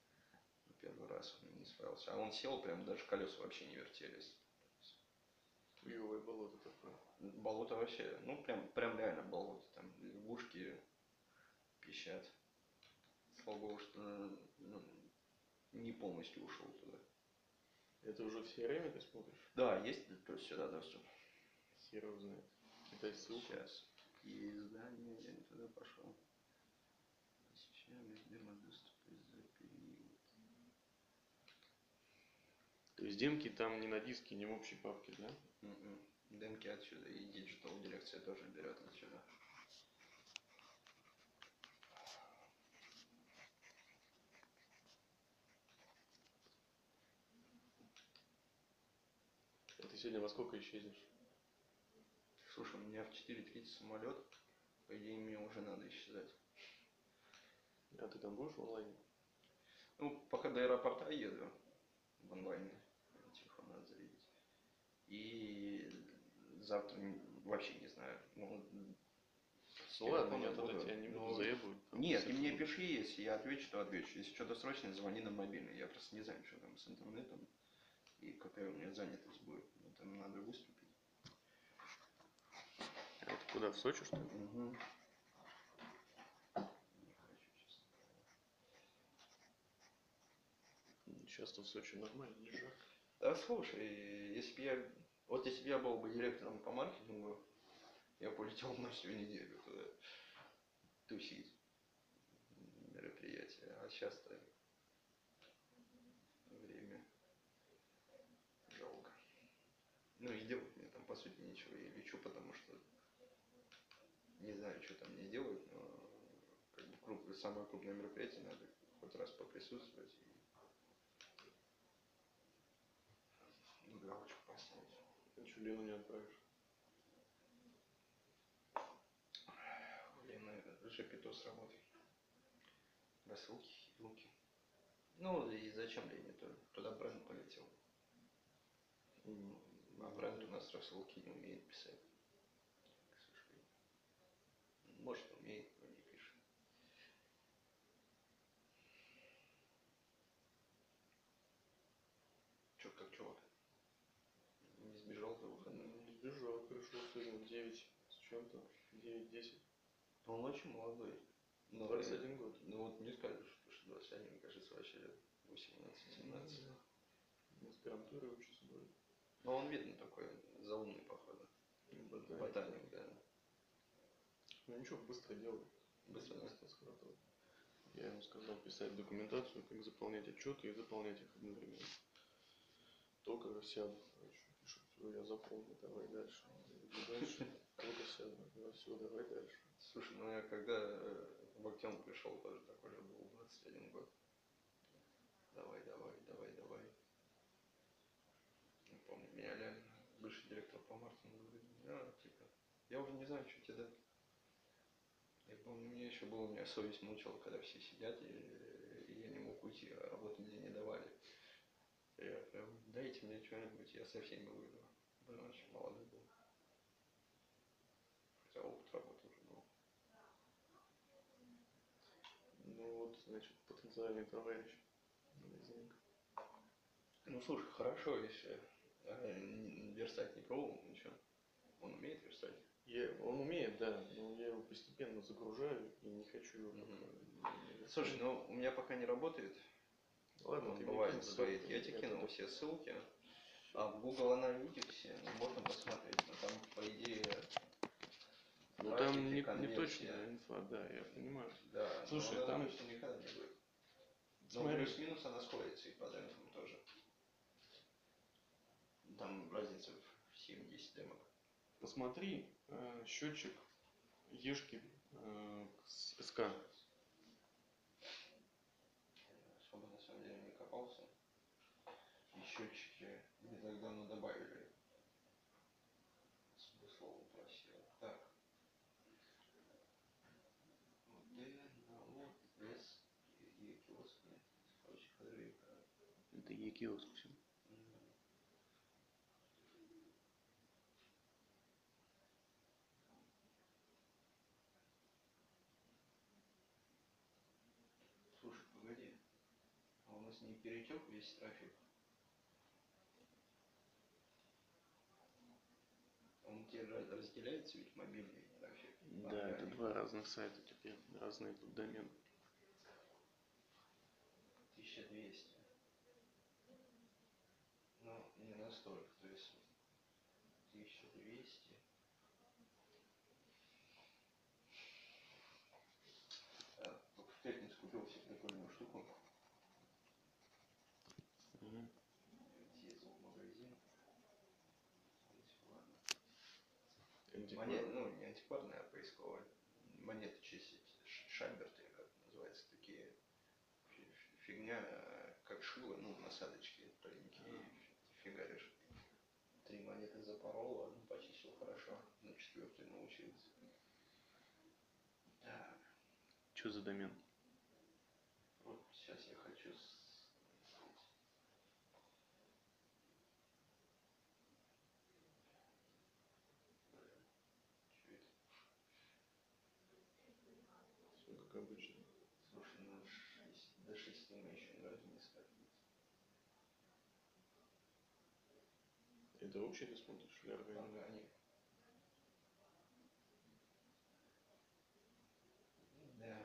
Первый раз он не справился. А он сел, прям даже колеса вообще не вертелись. Хуёвое болото такое. Болото вообще, ну прям реально болото. Там лягушки пищат. Слава богу, что ну, не полностью ушел туда. Это уже в CRM ты смотришь? Да, есть то есть сюда доступ. Хер его знает. Кидай ссылку. Сейчас. И издание, я не туда пошел. Посещаемость демо-доступа за период. То есть демки там не на диске, не в общей папке, да? Демки отсюда, и Digital дирекция тоже берет отсюда. А ты сегодня во сколько исчезнешь? Слушай, у меня в 4:30 самолет. По идее, мне уже надо исчезать. А ты там будешь в онлайне? Ну, пока до аэропорта еду в онлайне. Телефон надо зарядить. И завтра вообще не знаю. Ну ладно, я тогда тебя не буду заебывать. Нет, ты мне пиши, если я отвечу, то отвечу. Если что-то срочное, звони на мобильный. Я просто не знаю, что там с интернетом и какая у меня занятость будет. Но там надо выступить. А ты куда, в Сочи, что ли? Угу. Сейчас-то в Сочи нормально, не жарко. Да слушай, если бы я был бы директором по маркетингу, я полетел на всю неделю туда тусить мероприятия. А сейчас-то время жалко. Ну и делать мне там по сути нечего. Я лечу, потому что не знаю, что там мне делать, но как бы самое крупное мероприятие надо хоть раз поприсутствовать и галочку поставить. А что, Лену не отправишь? Лена Жепито с работы. Рассылки, хилки. Ну и зачем Лене туда бренд полетел? А бренд у нас рассылки не умеет писать. К сожалению. Может умеет, но не пишет. Чё, как чувак? Не сбежал за выходные? Не сбежал, пришел сегодня в 9 с чем-то, 9-10. Он очень молодой. 21 год. Ну вот не скажешь, что 21, кажется, вообще 18-17. В аспирантуре учится будет. Но он видно такой, заумный, походу. Ботаник, да. Ну ничего, быстро делает. Быстро схватывает. Я ему сказал писать документацию, как заполнять отчеты и заполнять их одновременно. Только сяду. Пишет, все, я заполнил, давай дальше. Иду дальше. Только сяду. Ну все, давай дальше. Слушай, ну я когда в Актем пришел, тоже такой же был, 21 год. Давай. Не помню, меня реально бывший директор по маркетингу говорит, типа, я уже не знаю, что тебе дать. Я помню, мне еще было, у меня совесть мучила, когда все сидят, и я не мог уйти, а работы мне не давали. Я прям, дайте мне что-нибудь, я со всеми выйду. Блин, очень молодой был. Хотя опыт работы уже был. Ну вот, значит, потенциальный товарищ. Магазинник. Ну слушай, хорошо, если верстать не пробовал, ничего. Он умеет верстать? Он умеет, да, но я его постепенно загружаю и не хочу его Слушай, ну у меня пока не работает. Ладно, он ты бывает мне кинь стоит. ссылку, Я тебе кинул это... все ссылки. А в Google Analytics можно посмотреть, но там, по идее, ну там не точная инфа, да, я понимаю. Да, слушай, но там точно никогда не будет. Но смотри. плюс-минус она сходится и по демпам тоже. Там разница в 7-10 демок. Посмотри счетчик Ешки с СК. Особо на самом деле не копался. И счетчики не так давно добавили. Слово просил. Так. Это Е-киоск все. Слушай, погоди. А у нас не перетек весь трафик? разделяется ведь мобильный трафик. Да, это два разных сайта теперь, разные поддомены. 1200. Ну, не настолько, то есть 1200. В пятницу купил себе прикольную штуку. Съездил в магазин. Монет, ну, не антикварная, а поисковая. Монеты чистить. Шаберты, как называется, такие. Фигня, как шило, ну, насадочки тоненькие, фигаришь. 3 монеты запорол, одну почистил хорошо, на 4-й научился. Так. Что за домен? Вот сейчас я хочу... Все как обычно. Слушай, ну 6, до 6 мы еще ни разу не скатывались. Это общий ты смотришь или органик? Органик. Да.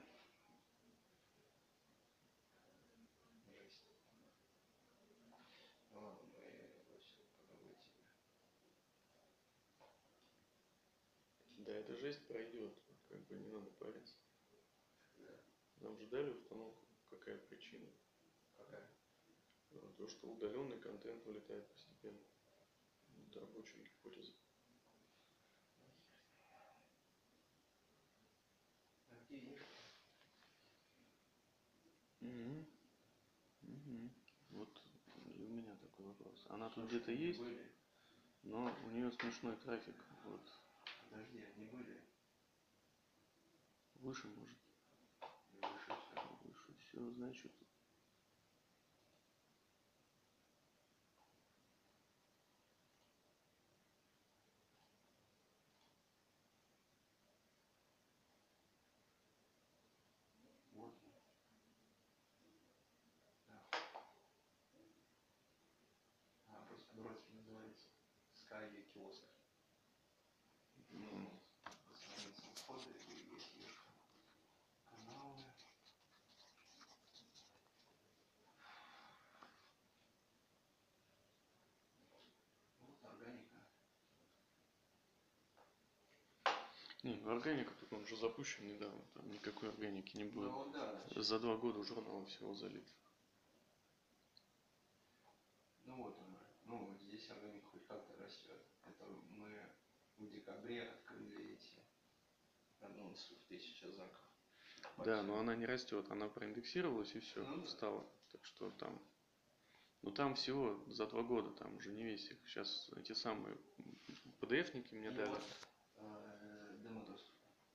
Жесть. Ну ладно, мы все подумайте. Да, эта жесть пройдет, как бы не надо париться. Да. Нам же дали установку, какая причина? Какая? То, что удаленный контент вылетает постепенно. Это рабочая гипотеза. А где ешь? Вот и у меня такой вопрос. Она тут Слушай, где-то они есть, были. но у нее смешной трафик. Вот. Подожди, они были. Выше может. Выше все. Выше все, значит. Вот. Да. А, просто по-дурацки называется. Sky киоск. Ну, дополнительные входы и есть ешка. Каналы. Вот органика. Не, органика тут он уже запущен недавно, там никакой органики не будет. Ну да. За 2 года журнала всего залит. Ну вот она. Ну вот здесь органика хоть как-то растет. Это мы в декабре открыли эти анонсы в 1000 знаков. Да, но она не растет, она проиндексировалась и все, Ну, да. встала. Так что там. Ну там всего за 2 года, там уже не весь их. Сейчас эти самые PDF-ники мне И дали. вот демо-доступ.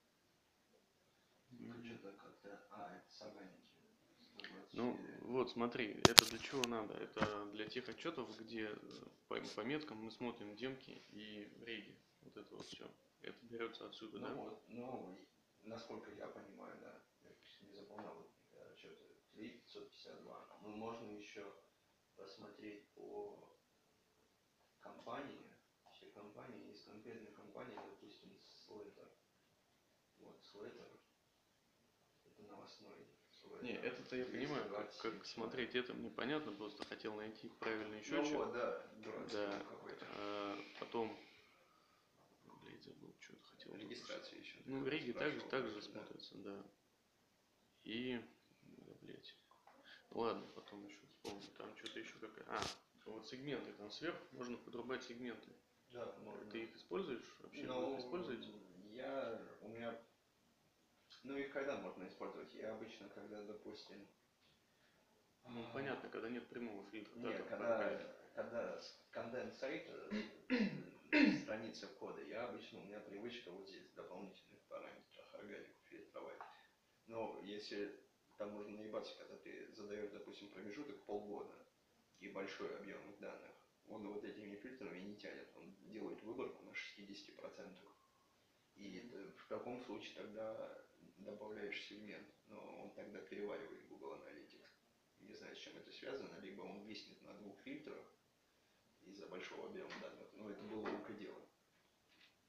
Тут что-то как-то... А, это с органики. Ну 124. вот смотри, это для чего надо? Это для тех отчетов, где по меткам мы смотрим демки и реги. Вот это вот все. Это берется отсюда, Ну да? вот, ну, насколько я понимаю, да. Я не заполнял что-то 3552. Ну, можно еще посмотреть по компании. Все компании, есть конкретная компания, допустим, Slater. Вот, Slater. Это новостной. Не, это-то я понимаю, как смотреть это мне понятно, просто хотел найти правильный счетчик. Ну вот, да, дурацкий Да. какой-то. Потом, блядь, забыл, что-то хотел. Регистрация еще. Ну, Риги также да. смотрится, да. И, да, блядь. Ладно, потом еще вспомню. Там что-то еще какая. Вот сегменты там сверху можно подрубать сегменты. Да, можно. Ты их используешь вообще? Ну, Вы их используете? у меня, ну их когда можно использовать? Я обычно, когда, допустим... Ну, понятно, когда нет прямого фильтра. Нет, да, когда контент сайта, страница кода, у меня привычка вот здесь в дополнительных параметрах органику фильтровать. Но если там можно наебаться, когда ты задаешь, допустим, промежуток полгода и большой объем данных, он вот этими фильтрами не тянет, он делает выборку на 60%. И в таком случае тогда добавляешь сегмент, но он тогда переваривает Google Analytics. Не знаю, с чем это связано, либо он виснет на 2 фильтрах из-за большого объема данных, но это было рукодело.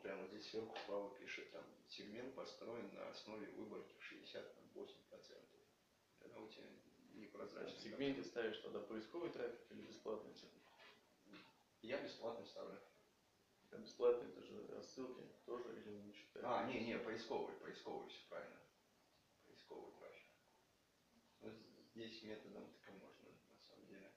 прямо здесь сверху справа пишет, там, сегмент построен на основе выборки в 68%. Тогда у тебя В непрозрачно. сегменте ставишь тогда поисковый трафик или бесплатный? Я бесплатно ставлю. А бесплатный это же рассылки тоже или не считаешь? Не, поисковый, все правильно. Поисковый трафик. Вот здесь методом тыка можно, на самом деле,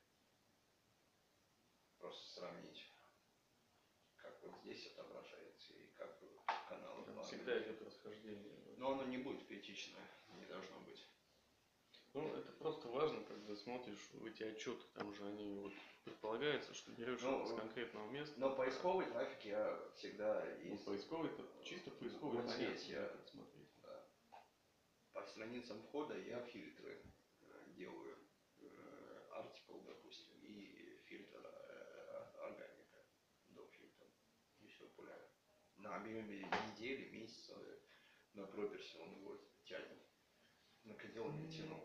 просто сравнить, как вот здесь отображается и как каналы Там плавные. всегда идет расхождение. Но оно не будет критичное, не должно быть. Ну, это просто важно, когда смотришь в эти отчеты, там же они вот предполагается, что берешь с конкретного места. Но поисковый трафик я всегда Ну, поисковый это чисто поисковый. Вот здесь я смотреть. Да, по страницам входа я фильтры делаю. Артикл, допустим, и фильтр органика до фильтра. И все пуляю. На объеме недели, месяца, на проперсе он его тянет. На предел не тянул.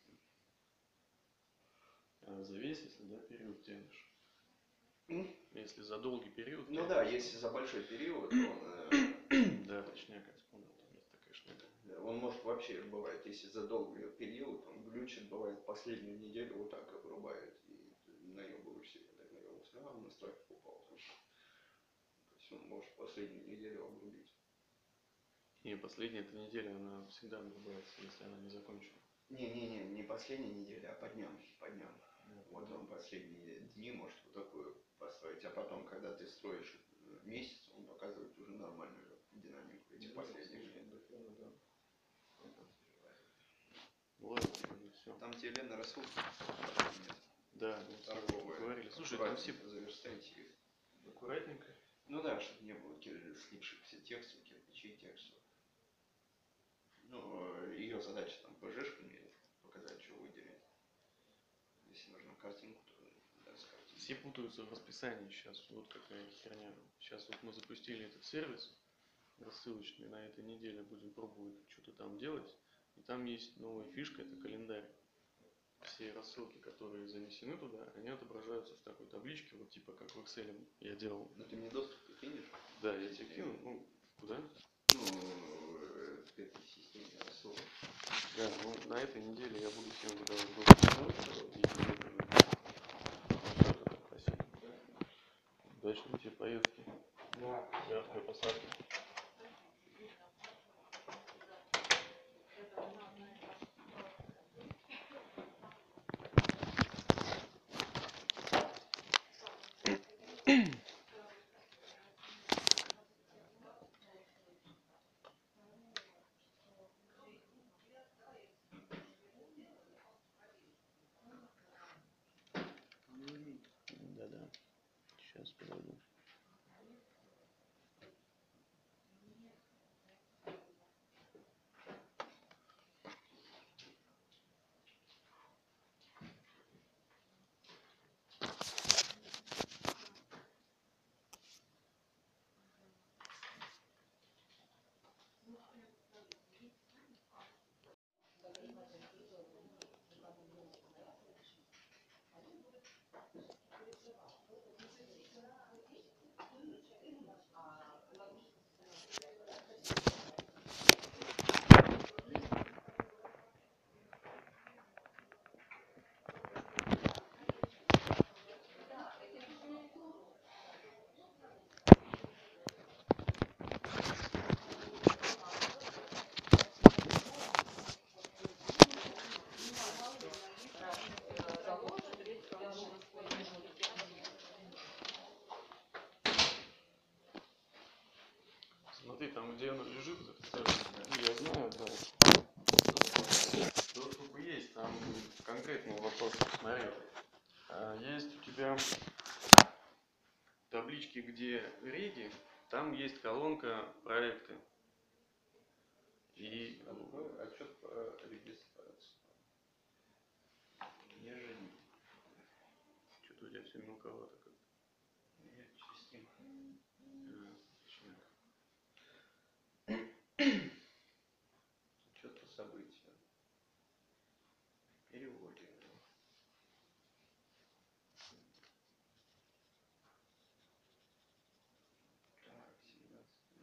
А за весь, если да, период тянешь? Если за долгий период. Ну да, если за большой период, он... Да, точняк, я вспомнил, там есть такая шняга. Он может вообще, бывает, если за долгий период, он глючит, бывает, последнюю неделю вот так обрубает, и наебываешься, когда наебался, а на страхе упал. То есть он может последнюю неделю обрубить. И последняя эта неделя, она всегда обрубается, если она не закончена. Не последняя неделя, а по дням. Вот он последние дни может вот такую построить, а потом, когда ты строишь месяц, он показывает уже нормальную динамику этих последних дней. Ладно, все. Там тебе Лена рассылка? Нет. Да, торговые. Говорили. Слушай, там все заверстайте их. Аккуратненько. Ну да, чтобы не было слипшихся текстов, кирпичей текстов. Ну, ее задача там PG-шками показать, что выделить. Если нужна картинку, то да, с картинкой. Все путаются в расписании сейчас. Вот какая херня. Сейчас вот мы запустили этот сервис рассылочный. На этой неделе будем пробовать что-то там делать. И там есть новая фишка, это календарь. Все рассылки, которые занесены туда, они отображаются в такой табличке, вот типа как в Excel я делал. Ну ты мне доступ кинешь? Да, я тебе кину. Ну, куда? Ну, к этой системе рассылок. Да, ну на этой неделе я буду всем выдавать доступ. Удачной тебе поездки. Да. Приятной посадки. Да-да. Сейчас подойду. Смотри, там где оно лежит, я знаю, да. Доступ есть, там конкретный вопрос. Смотри, есть у тебя таблички, где реги, там есть колонка проекты. И отчет по регистрации. Неожиданно. Что-то у тебя все мелковато как-то. Я чистим. Отчет по событию. Переводе. Так, 17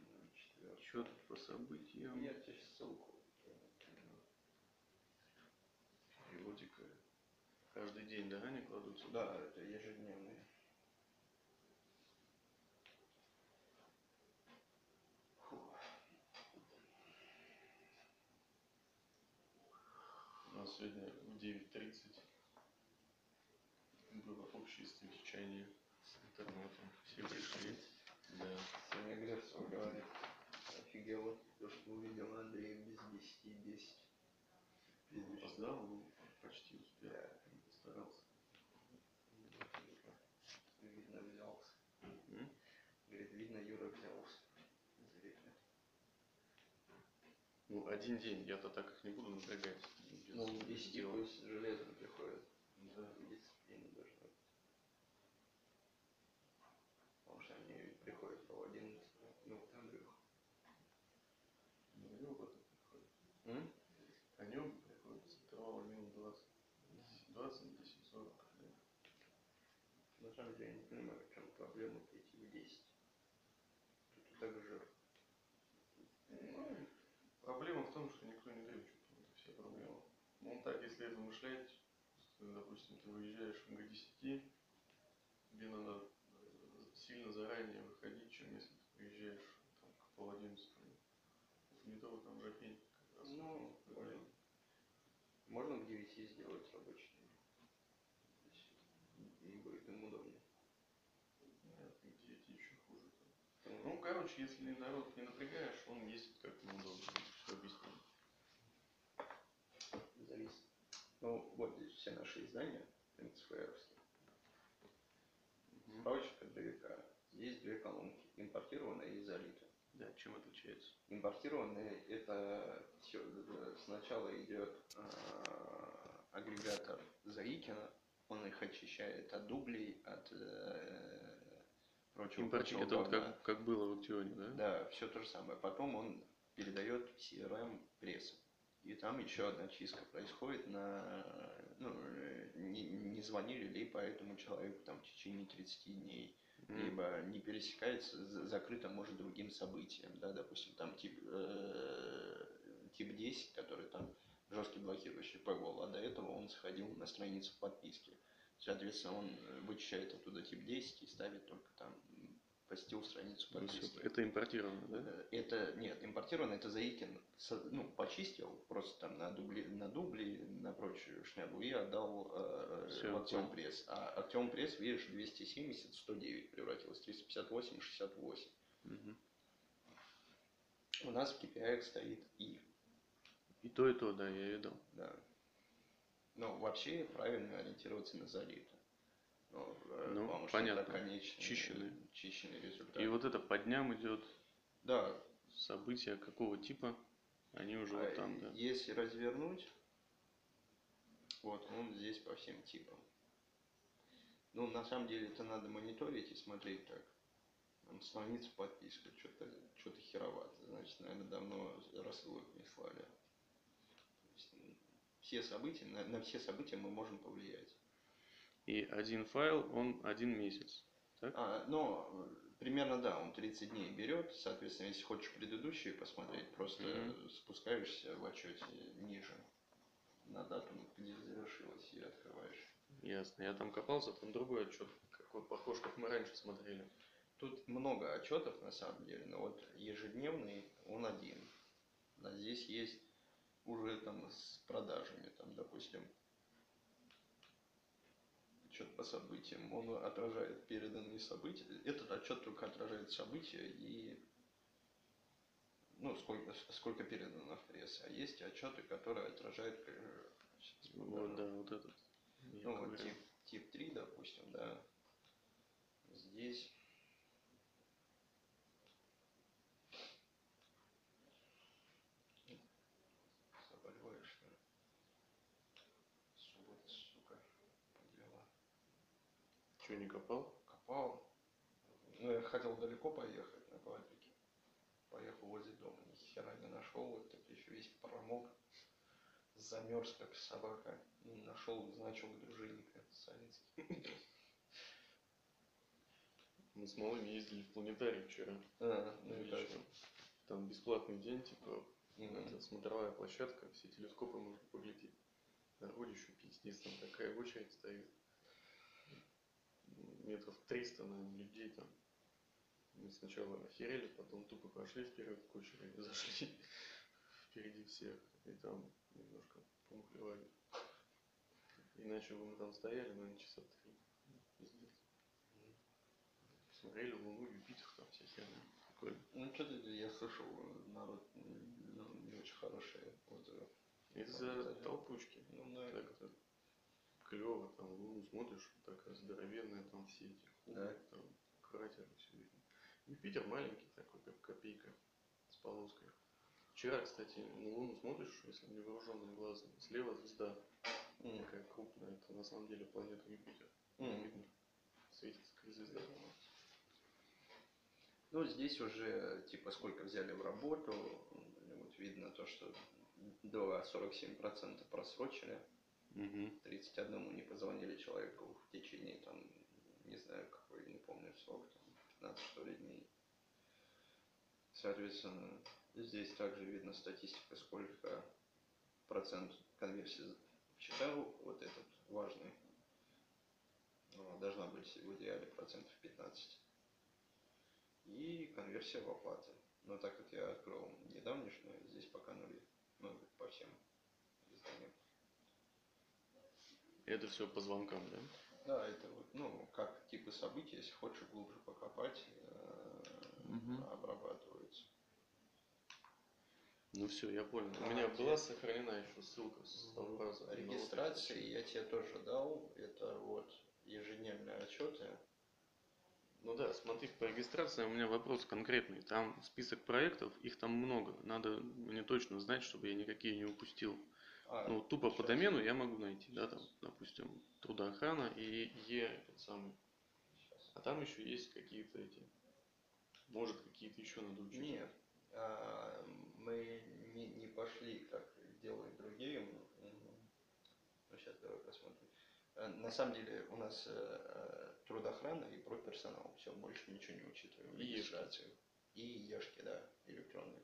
Что тут по событиям? Я тебе ссылку. Периодика. Каждый день, да, они кладутся? Да, это ежедневные. У нас сегодня в 9:30 было общее совещание с интернетом. Все пришли. Да. Сегодня Грефцев говорит, офигела, то, что увидел Андрей без 10. Опоздал, ну, почти успел. Да. Старался. Видно, взялся. Говорит, видно, Юра взялся. Видно. Ну, один день, я-то так их не буду напрягать. Ну, 10 пусть железно приходит. Да. Дисциплина должна быть. Потому что они приходят в 11. Ну, вот Андрюха. Ну, они оба так приходят. Они оба приходят с интервала минут 20. 20, 10, 40. Да. На самом деле, я не понимаю, в чем проблема прийти в 10. Тут и так жир. Ну, проблема в том, что никто не дрючит. Это вся проблема. Ну, так, если размышлять, допустим, ты выезжаешь в МГ-10, тебе надо сильно заранее выходить, чем если ты приезжаешь там, к 10:30. Не то там жопень как раз. Ну, можно к 9 сделать рабочий день. И будет им удобнее. Нет, к 9 еще хуже. Ну, короче, если народ не напрягаешь, он ездит как неудобно. Все объясню. Зависит. Ну, вот здесь все наши издания, МЦФРовские. Справочник от ДВК. Здесь две колонки. Импортированные и залиты. Да, чем отличается? Импортированные это все. Сначала идет агрегатор Заикина. Он их очищает от углей, от прочего. Импортик это вот как было в Актионе, да? Да, все то же самое. Потом он передает в CRM пресс. И там еще одна чистка происходит не звонили ли по этому человеку там в течение 30 дней, либо не пересекается, закрыто может другим событием, да, допустим, там тип 10, который там жесткий блокирующий ПВО, а до этого он сходил на страницу подписки. Соответственно, он вычищает оттуда тип 10 и ставит только там посетил страницу подписки. Это импортировано, да? Это, нет, импортировано, это Заикин, почистил просто там на дубли, на прочую шнягу и отдал в Актион Пресс. А Актион Пресс, видишь, 270, 109 превратилось, 358, 68. У нас в KPI стоит И. И то, да, я видел. Да. Но вообще правильно ориентироваться на залито. Потому понятно. Что это чищенный результат. И вот это по дням идет. Да. События какого типа, они уже вот там, да. Если развернуть, вот он здесь по всем типам. Ну, на самом деле это надо мониторить и смотреть так. Там страница подписка, что-то херовато. Значит, наверное, давно рассылок не слали. Все события, на все события мы можем повлиять. И один файл, он 1 месяц. Так? Примерно да, он 30 дней берет. Соответственно, если хочешь предыдущие посмотреть, просто спускаешься в отчете ниже на дату, где завершилось, и открываешь. Ясно. Я там копался, там другой отчет, какой похож, как мы раньше смотрели. Тут много отчетов на самом деле, но вот ежедневный он один. А здесь есть уже там с продажами, там, допустим, отчет по событиям. Он отражает переданные события. Этот отчет только отражает события и сколько передано в прессе. А есть отчеты, которые отражают. Вот, да, вот этот. Вот тип 3, допустим, да. Здесь заболеваешь, что ли? Сука, подвела. Че, не копал? Копал. Я хотел далеко поехать на квадрике. Поехал возле дома, ни хера не нашел. Вот так еще весь промок. Замерз, как собака. Нашел значок дружинника Советский. Мы с малыми ездили в планетарий вчера. Ну и как? там бесплатный день, типа, Мгм. это смотровая площадка, все телескопы можно поглядеть. Народищу пиздец, там такая очередь стоит. Метров 300, наверное, людей там. Мы сначала охерели, потом тупо пошли вперед к очереди, зашли впереди всех. И там немножко помухлевали. Иначе бы мы там стояли, наверное, часа 3. Пиздец. Смотрели Луну, Юпитер, там вся херня. Прикольно. Ну, что-то я слышал, народ не очень хорошие отзывы. Из-за толпучки. Ну, наверное. Так-то клево, там Луну смотришь, такая здоровенная, там все эти хубы, Да. там кратеры, все видно. Юпитер маленький такой, как копейка с полоской. Вчера, кстати, на Луну смотришь, если невооруженным глазом, слева звезда такая крупная, это на самом деле планета Юпитер. Не видно, светится как звезда. Ну, здесь уже, типа, сколько взяли в работу, вот видно то, что до 47% просрочили, 31 не позвонили человеку в течение, там, не знаю, какой, не помню срок, там, 15 что ли дней. Соответственно, здесь также видно статистика, сколько процент конверсии читал, вот этот важный, должна быть в идеале процентов 15. И конверсия в оплаты. Но так как я открыл недавнешнюю, здесь пока нули. Ну, по всем изданиям. Это все по звонкам, да? Да, это вот, ну, как типы событий, если хочешь глубже покопать, обрабатываются. Ну все, я понял. У меня была сохранена еще ссылка с того раза. Регистрации я тебе тоже дал. Это вот ежедневные отчеты. Ну да, смотри, по регистрации у меня вопрос конкретный. Там список проектов, их там много. Надо мне точно знать, чтобы я никакие не упустил. Ну, тупо по домену я могу найти, да, там, допустим, трудоохрана и этот самый. А там еще есть какие-то эти. Может, какие-то еще надо учить. Нет, мы не пошли, как делают другие. Ну, сейчас давай посмотрим. На самом деле у нас трудоохрана и проперсонал. Все, больше ничего не учитываем. И Регистрацию. И ешки, да, электронные.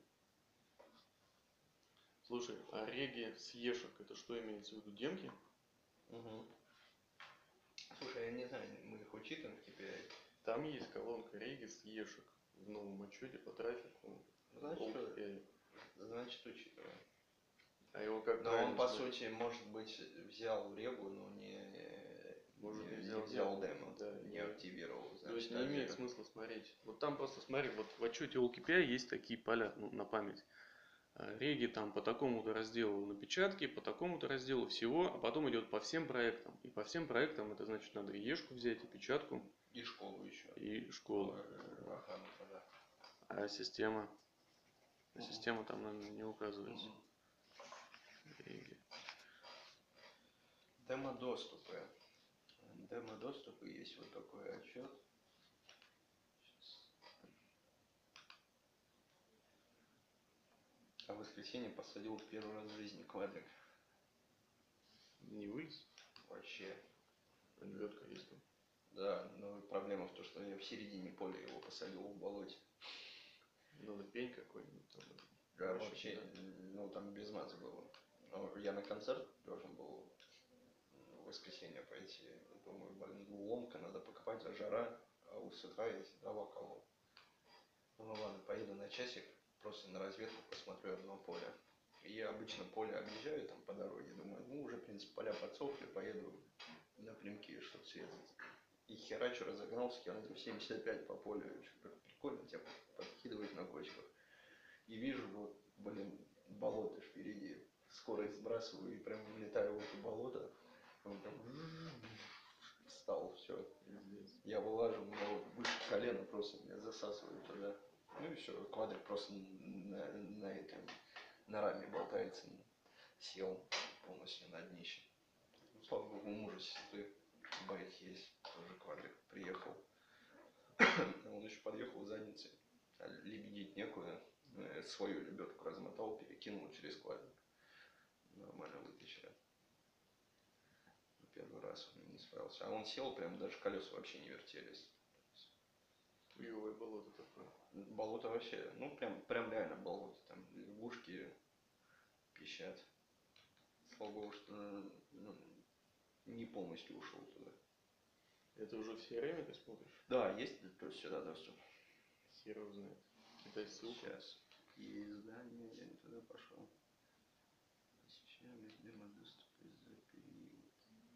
Слушай, а реги с ешек, это что имеется в виду? Демки? Угу. Слушай, я не знаю, мы их учитываем в KPI. Там есть колонка реги с ешек в новом отчете по трафику. Значит, учитываем. А его как? Но он, по сути, может быть, взял регу, но не взял демо, да, не активировал. Значит, то есть не имеет смысла смотреть. Вот там просто смотри, вот в отчете OKPI есть такие поля, ну, на память. Реги там по такому-то разделу напечатки, по такому-то разделу всего, а потом идет по всем проектам. И по всем проектам это значит надо и ешку взять, и печатку. И школу еще. И школу. Да. А система? Система там, наверное, не указывается. Реги. Демо-доступы. Демо-доступы есть вот такой отчет. А в воскресенье посадил первый раз в жизни квадрик. Не вылез? Вообще. Ледка есть там. Да, но проблема в том, что я в середине поля его посадил в болоте. Надо пень какой-нибудь там. Да, вообще, ну там без маза было. Но я на концерт должен был в воскресенье пойти. Думаю, блин, ломка, надо покопать, а жара, а с утра я дрова колол. Ну ладно, поеду на часик, просто на разведку посмотрю одно поле. И я обычно поле объезжаю там по дороге, думаю, ну уже, в принципе, поля подсохли, поеду напрямки, чтобы срезать. И херачу разогнался километров 75 по полю, что-то прикольно тебя подкидывает на кочках. И вижу, вот, блин, болото впереди. Скорость сбрасываю и прям влетаю в это болото. Он прям встал, все. Я вылажу, выше колена, просто меня засасывает туда. Ну и все, квадрик просто на раме болтается. Сел полностью на днище. Ну, слава богу, у мужа сестры байк есть, тоже квадрик приехал. Он еще подъехал задницей, лебедить некуда. Свою лебедку размотал, перекинул через квадрик. Нормально вытащили. Первый раз он не справился. А он сел, прям даже колеса вообще не вертелись. Хуёвое болото такое. Болото вообще, ну прям реально болото. Там лягушки пищат. Слава богу, что ну, не полностью ушел туда. Это уже в CRM ты смотришь? Да, есть то есть сюда доступ. Хер его знает. Кидай ссылку. Сейчас. И издание, я не туда пошел. Посещаемость демо-доступа за период.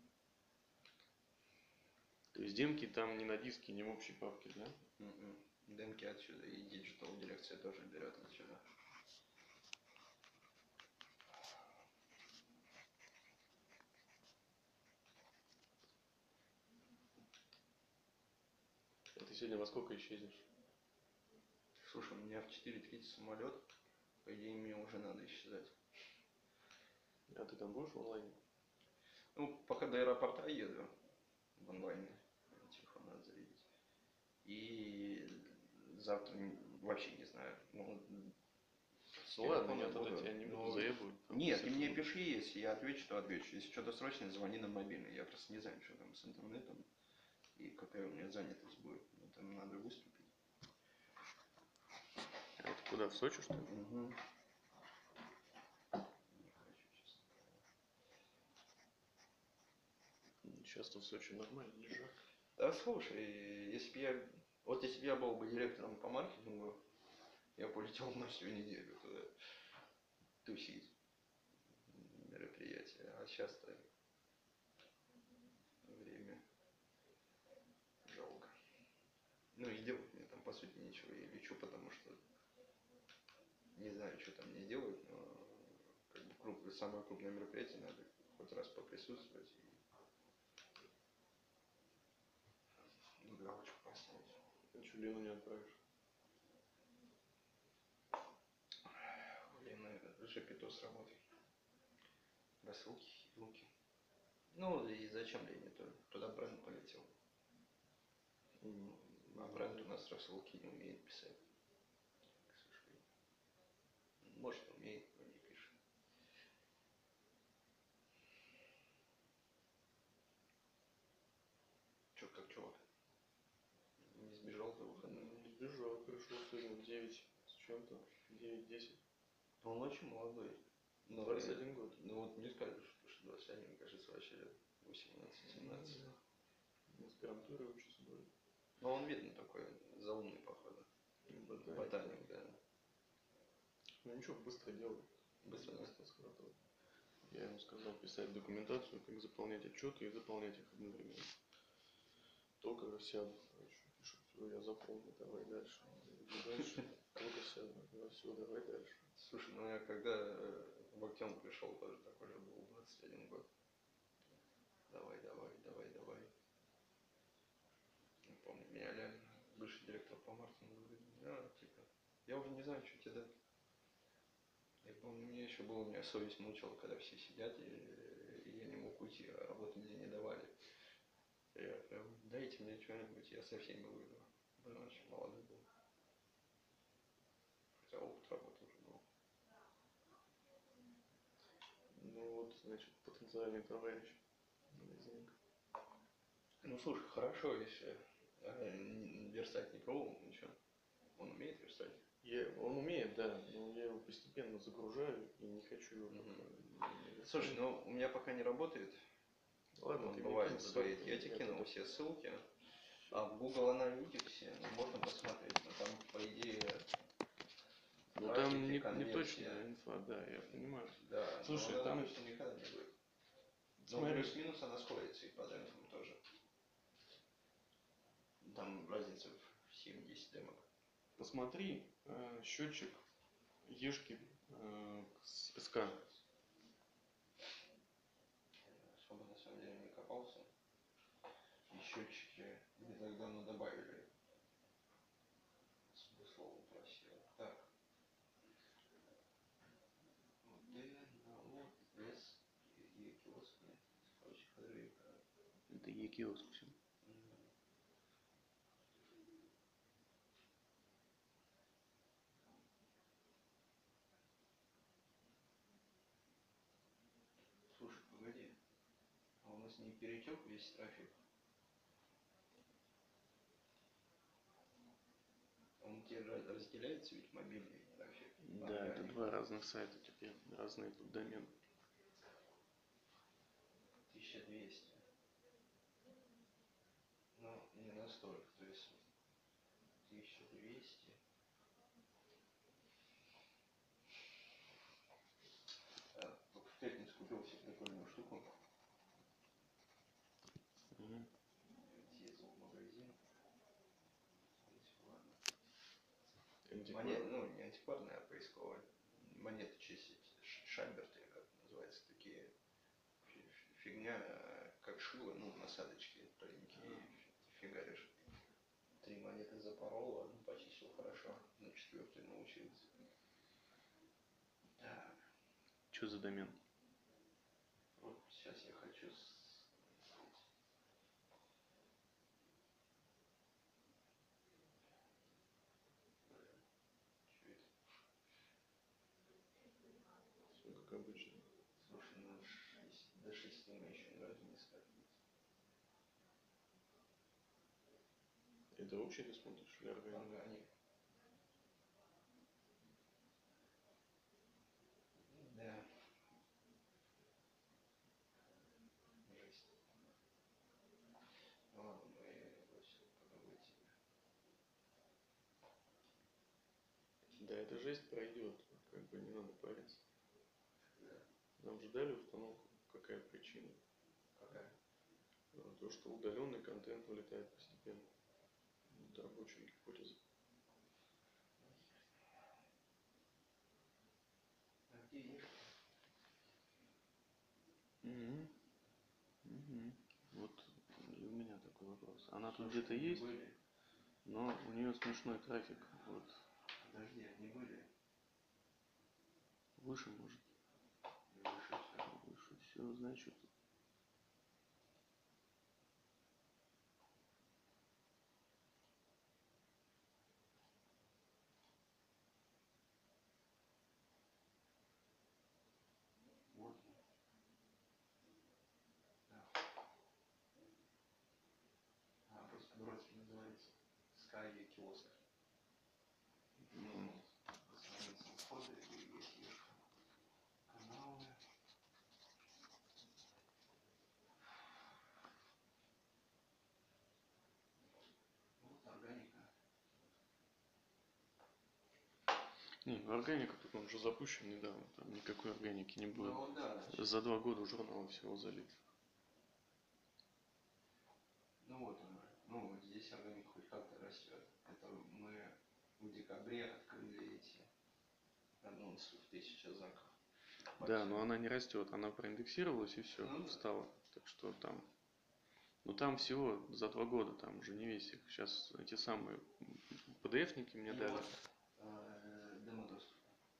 То есть демки там не на диске, не в общей папке, да? Демки отсюда, и Digital дирекция тоже берет отсюда. А ты сегодня во сколько исчезнешь? Слушай, у меня в 4:30 самолет. По идее, мне уже надо исчезать. А ты там будешь в онлайне? Ну, пока до аэропорта еду в онлайне. Телефон надо зарядить. И завтра вообще не знаю. Ну ладно, я тогда тебя не буду заебывать. Нет, ты мне пиши, если я отвечу, то отвечу. Если что-то срочное, звони на мобильный. Я просто не знаю, что там с интернетом и какая у меня занятость будет. Мне там надо выступить. А ты куда, в Сочи, что ли? Угу. Не хочу, честно говоря. Сейчас-то в Сочи нормально, не жарко. Да слушай, если бы я был бы директором по маркетингу, я полетел на всю неделю туда тусить мероприятия. А сейчас-то время жалко. Ну и делать мне там по сути нечего. Я лечу, потому что не знаю, что там мне делать, но как бы самое крупное мероприятие надо хоть раз поприсутствовать и галочку поставить. А что, Лену не отправишь? Лена Жепито с работы. Рассылки, хилки. Ну и зачем Лене туда бренд полетел? А бренд у нас рассылки не умеет писать, к сожалению. Может умеет, но не пишет. Чё, как чувак? Не сбежал за выходные? Не сбежал, пришел сегодня в 9 с чем-то, 9:10. Он очень молодой. 21 год. Ну вот не скажешь, что 21, кажется, вообще 18-17. В аспирантуре учится будет. Но он видно такой, заумный, походу. Ботаник, да. Ну ничего, быстро делает. Быстро, да? Схватывает. Я ему сказал писать документацию, как заполнять отчеты и заполнять их одновременно. Только сяду, короче, пишет, все, я заполнил, давай дальше. Иди дальше, только сяду, ну все, давай дальше. Слушай, ну я когда в Актем пришел, тоже такой же был, 21 год. Давай, давай, давай, давай. Не помню, меня реально бывший директор по маркетингу говорит, типа, я уже не знаю, что тебе дать. Я помню, мне еще было, меня совесть мучила, когда все сидят, и я не мог уйти, а работу мне не давали. Я прям, дайте мне что-нибудь, я со всеми выйду. Блин, очень молодой был. Хотя опыт работы уже был. Ну вот, значит, потенциальный товарищ. Магазинник. Ну слушай, хорошо, если верстать не пробовал, ничего. Он умеет верстать? Он умеет, да, но я его постепенно загружаю и не хочу его Слушай, ну у меня пока не работает. Ладно, он ты бывает мне кинь стоит. ссылку, Я тебе кинул туда. все ссылки. А в Google Analytics можно посмотреть, но там, по идее, Ну там не точная инфа, да, я понимаю. Да, слушай, но там точно никогда не будет. Но смотри. плюс-минус она сходится и по демпам тоже. Там разница в 7-10 демок. Посмотри счетчик Ешки СК. Особо на самом деле не копался. И счетчики не так давно добавили. Слово просил. Так. Е-киоск, нет. Короче, Это Е-киоск все. Слушай, погоди. А у нас не перетек весь трафик? те разделяется ведь мобильный трафик. Да, это два разных сайта теперь, разные поддомены. 1200. Ну, не настолько, то есть 1200. В пятницу купил себе прикольную штуку. Съездил в магазин. Монеты, ну, не антикварные, а поисковые. Монеты чистить. Шаберты, как называется, такие. Фигня, как шило, ну, насадочки тоненькие, фигаришь. 3 монеты запорол, одну почистил хорошо, на 4-й научился. Так. Что за домен? Вот сейчас я хочу Все как обычно. Слушай, ну до 6 мы еще ни разу не скатывались. Это общий ты смотришь или органик? Органик. Да. Жесть. Ну ладно, мы все подумайте. Да, эта жесть пройдет, как бы не надо париться. Да. Нам же дали установку, какая причина? Какая? То, что удаленный контент вылетает постепенно. Это рабочая гипотеза. А где ешь? Вот и у меня такой вопрос. Она тут Слушай, где-то они есть, были. но у нее смешной трафик. Вот Подожди, они были. выше может. Выше все. Выше все, значит. Вот. Да. А, просто по-другому называется. Sky киоск. Ну, дополнительные входы, есть ешка. Каналы. Вот органика. Не, ну органика тут он уже запущен недавно, там никакой органики не будет. Ну да. За 2 года журнала всего залит. Ну вот она. Ну вот здесь органика хоть как-то растет. Это мы в декабре открыли эти анонсы в 1000 знаков. Да, но она не растет, она проиндексировалась и все, Ну, да. встала. Так что там. Ну там всего за 2 года, там уже не весь их. Сейчас эти самые PDF-ники мне И дали. вот демо-доступ.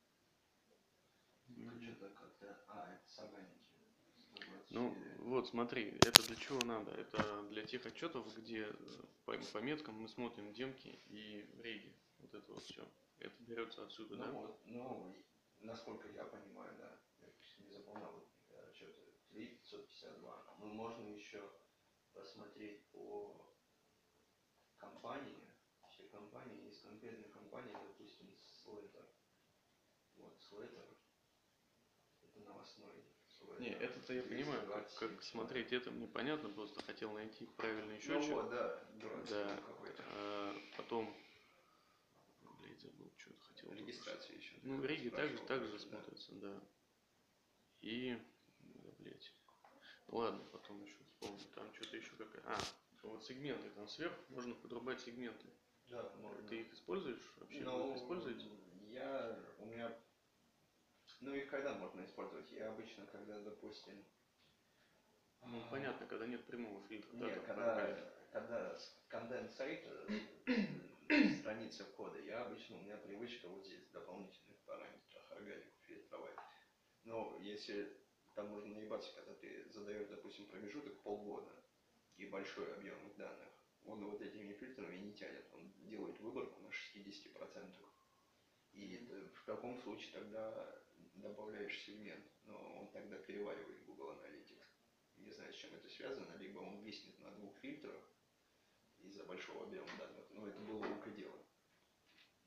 Это что-то как-то... А, это с органики. Ну 124. вот смотри, это для чего надо? Это для тех отчетов, где по меткам мы смотрим демки и реги. Вот это вот все. Это берется отсюда, Ну да? вот, ну, насколько я понимаю, да. Я не заполнял отчеты 3552. Ну, можно еще посмотреть по компании. Все компании, из конкретной компании, допустим, Slater. Вот, Slater. Это новостной. Не, это-то я понимаю, как смотреть это мне понятно, просто хотел найти правильный счетчик. Ну вот, да, дурацкий Да. какой-то. Потом, блядь, забыл, что-то хотел. Регистрация еще. Ну, Риги также смотрится, да. И, блядь. Ладно, потом еще вспомню. Там что-то еще какая. Вот сегменты там сверху можно подрубать сегменты. Да, можно. Ты их используешь вообще? Ну, Вы их используете? у меня, ну их когда можно использовать? Я обычно, когда, допустим... Ну, понятно, когда нет прямого фильтра. Нет, да, когда контент сайта, страница кода, у меня привычка вот здесь в дополнительных параметрах органику фильтровать. Но если там можно наебаться, когда ты задаешь, допустим, промежуток полгода и большой объем данных, он вот этими фильтрами не тянет, он делает выборку на 60%. И в каком случае тогда добавляешь сегмент, но он тогда переваривает Google Analytics. Не знаю, с чем это связано, либо он виснет на 2 фильтрах из-за большого объема данных, но это было руководило.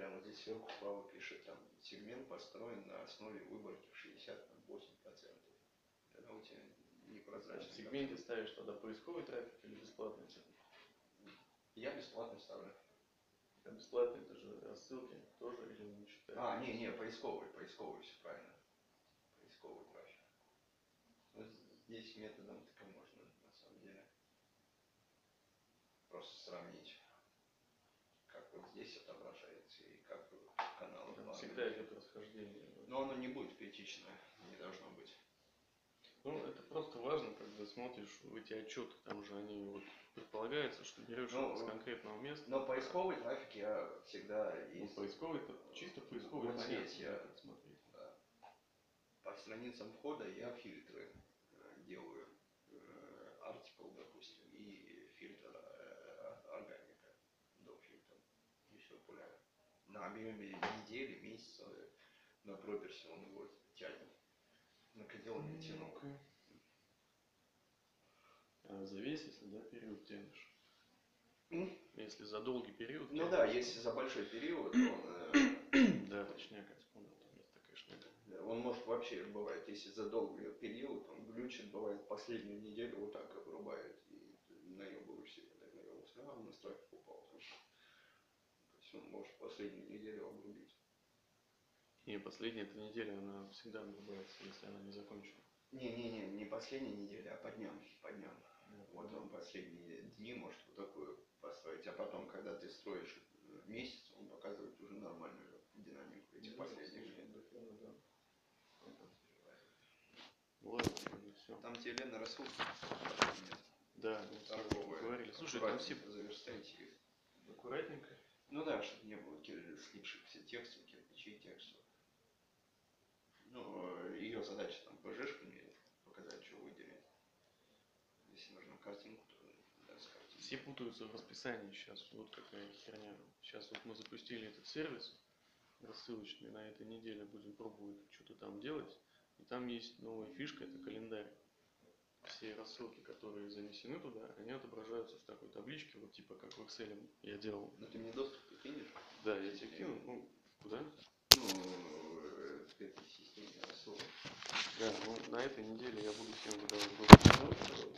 прямо здесь сверху справа пишет, там сегмент построен на основе выборки в 68%. Тогда у тебя В непрозрачно. сегменте ставишь тогда поисковый трафик или бесплатный трафик? Я бесплатно ставлю. А бесплатный это же рассылки тоже или не считаешь? Не, поисковый, все правильно. Поисковый трафик. Вот здесь методом тыка можно, на самом деле, просто сравнить, как вот здесь отображается и как каналы Там плавно. всегда идет расхождение. Но оно не будет критичное, не должно быть. Ну, это просто важно, когда смотришь в эти отчеты, там же они вот предполагается, что берешь это с конкретного места. Но поисковый трафик я всегда Ну, поисковый, это чисто поисковый, вот понятно, здесь я как смотреть. Да. По страницам входа я фильтры делаю. Артикл, допустим, и фильтр органика до фильтра. И все пуляю. На объеме недели, месяца, на проперсе он его тянет. На кадил не тянул. А за весь, если, да, период тянешь? Если за долгий период. Ну да, если за большой период, он... Да, точняк, я вспомнил, там есть такая шняга. Он может вообще, бывает, если за долгий период, он глючит, бывает, последнюю неделю вот так обрубает, и наебываешься, я так наебался, в настройках упал. То есть он может последнюю неделю обрубить. И последняя эта неделя, она всегда обрубается, если она не закончена. Не последняя неделя, а по дням. Вот он последние дни может вот такую построить, а потом, когда ты строишь месяц, он показывает уже нормальную динамику этих последних дней. Ладно, все. Там тебе Лена рассылка? Нет. Да, Торговые. говорили. Слушай, там все заверстайте их. аккуратненько. Ну да, чтобы не было слипшихся текстов, кирпичей текстов. Ну, ее задача там PG-шками показать, что выделить. Если нужна картинку, то да, с картинкой. Все путаются в расписании сейчас. Вот какая херня. Сейчас вот мы запустили этот сервис рассылочный. На этой неделе будем пробовать что-то там делать. И там есть новая фишка, это календарь. Все рассылки, которые занесены туда, они отображаются в такой табличке, вот типа как в Excel я делал. Ну ты мне доступ кинешь? Да, я тебе кину. Ну, куда? Ну, к этой системе рассылок. Да, ну на этой неделе я буду всем выдавать доступ.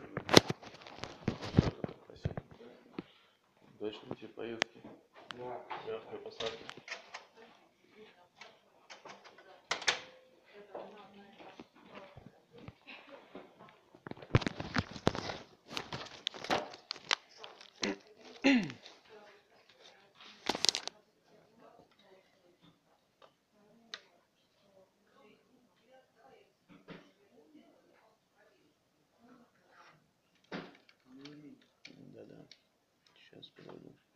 Удачной тебе поездки. Да. Приятной посадки. Да-да. Сейчас подойду.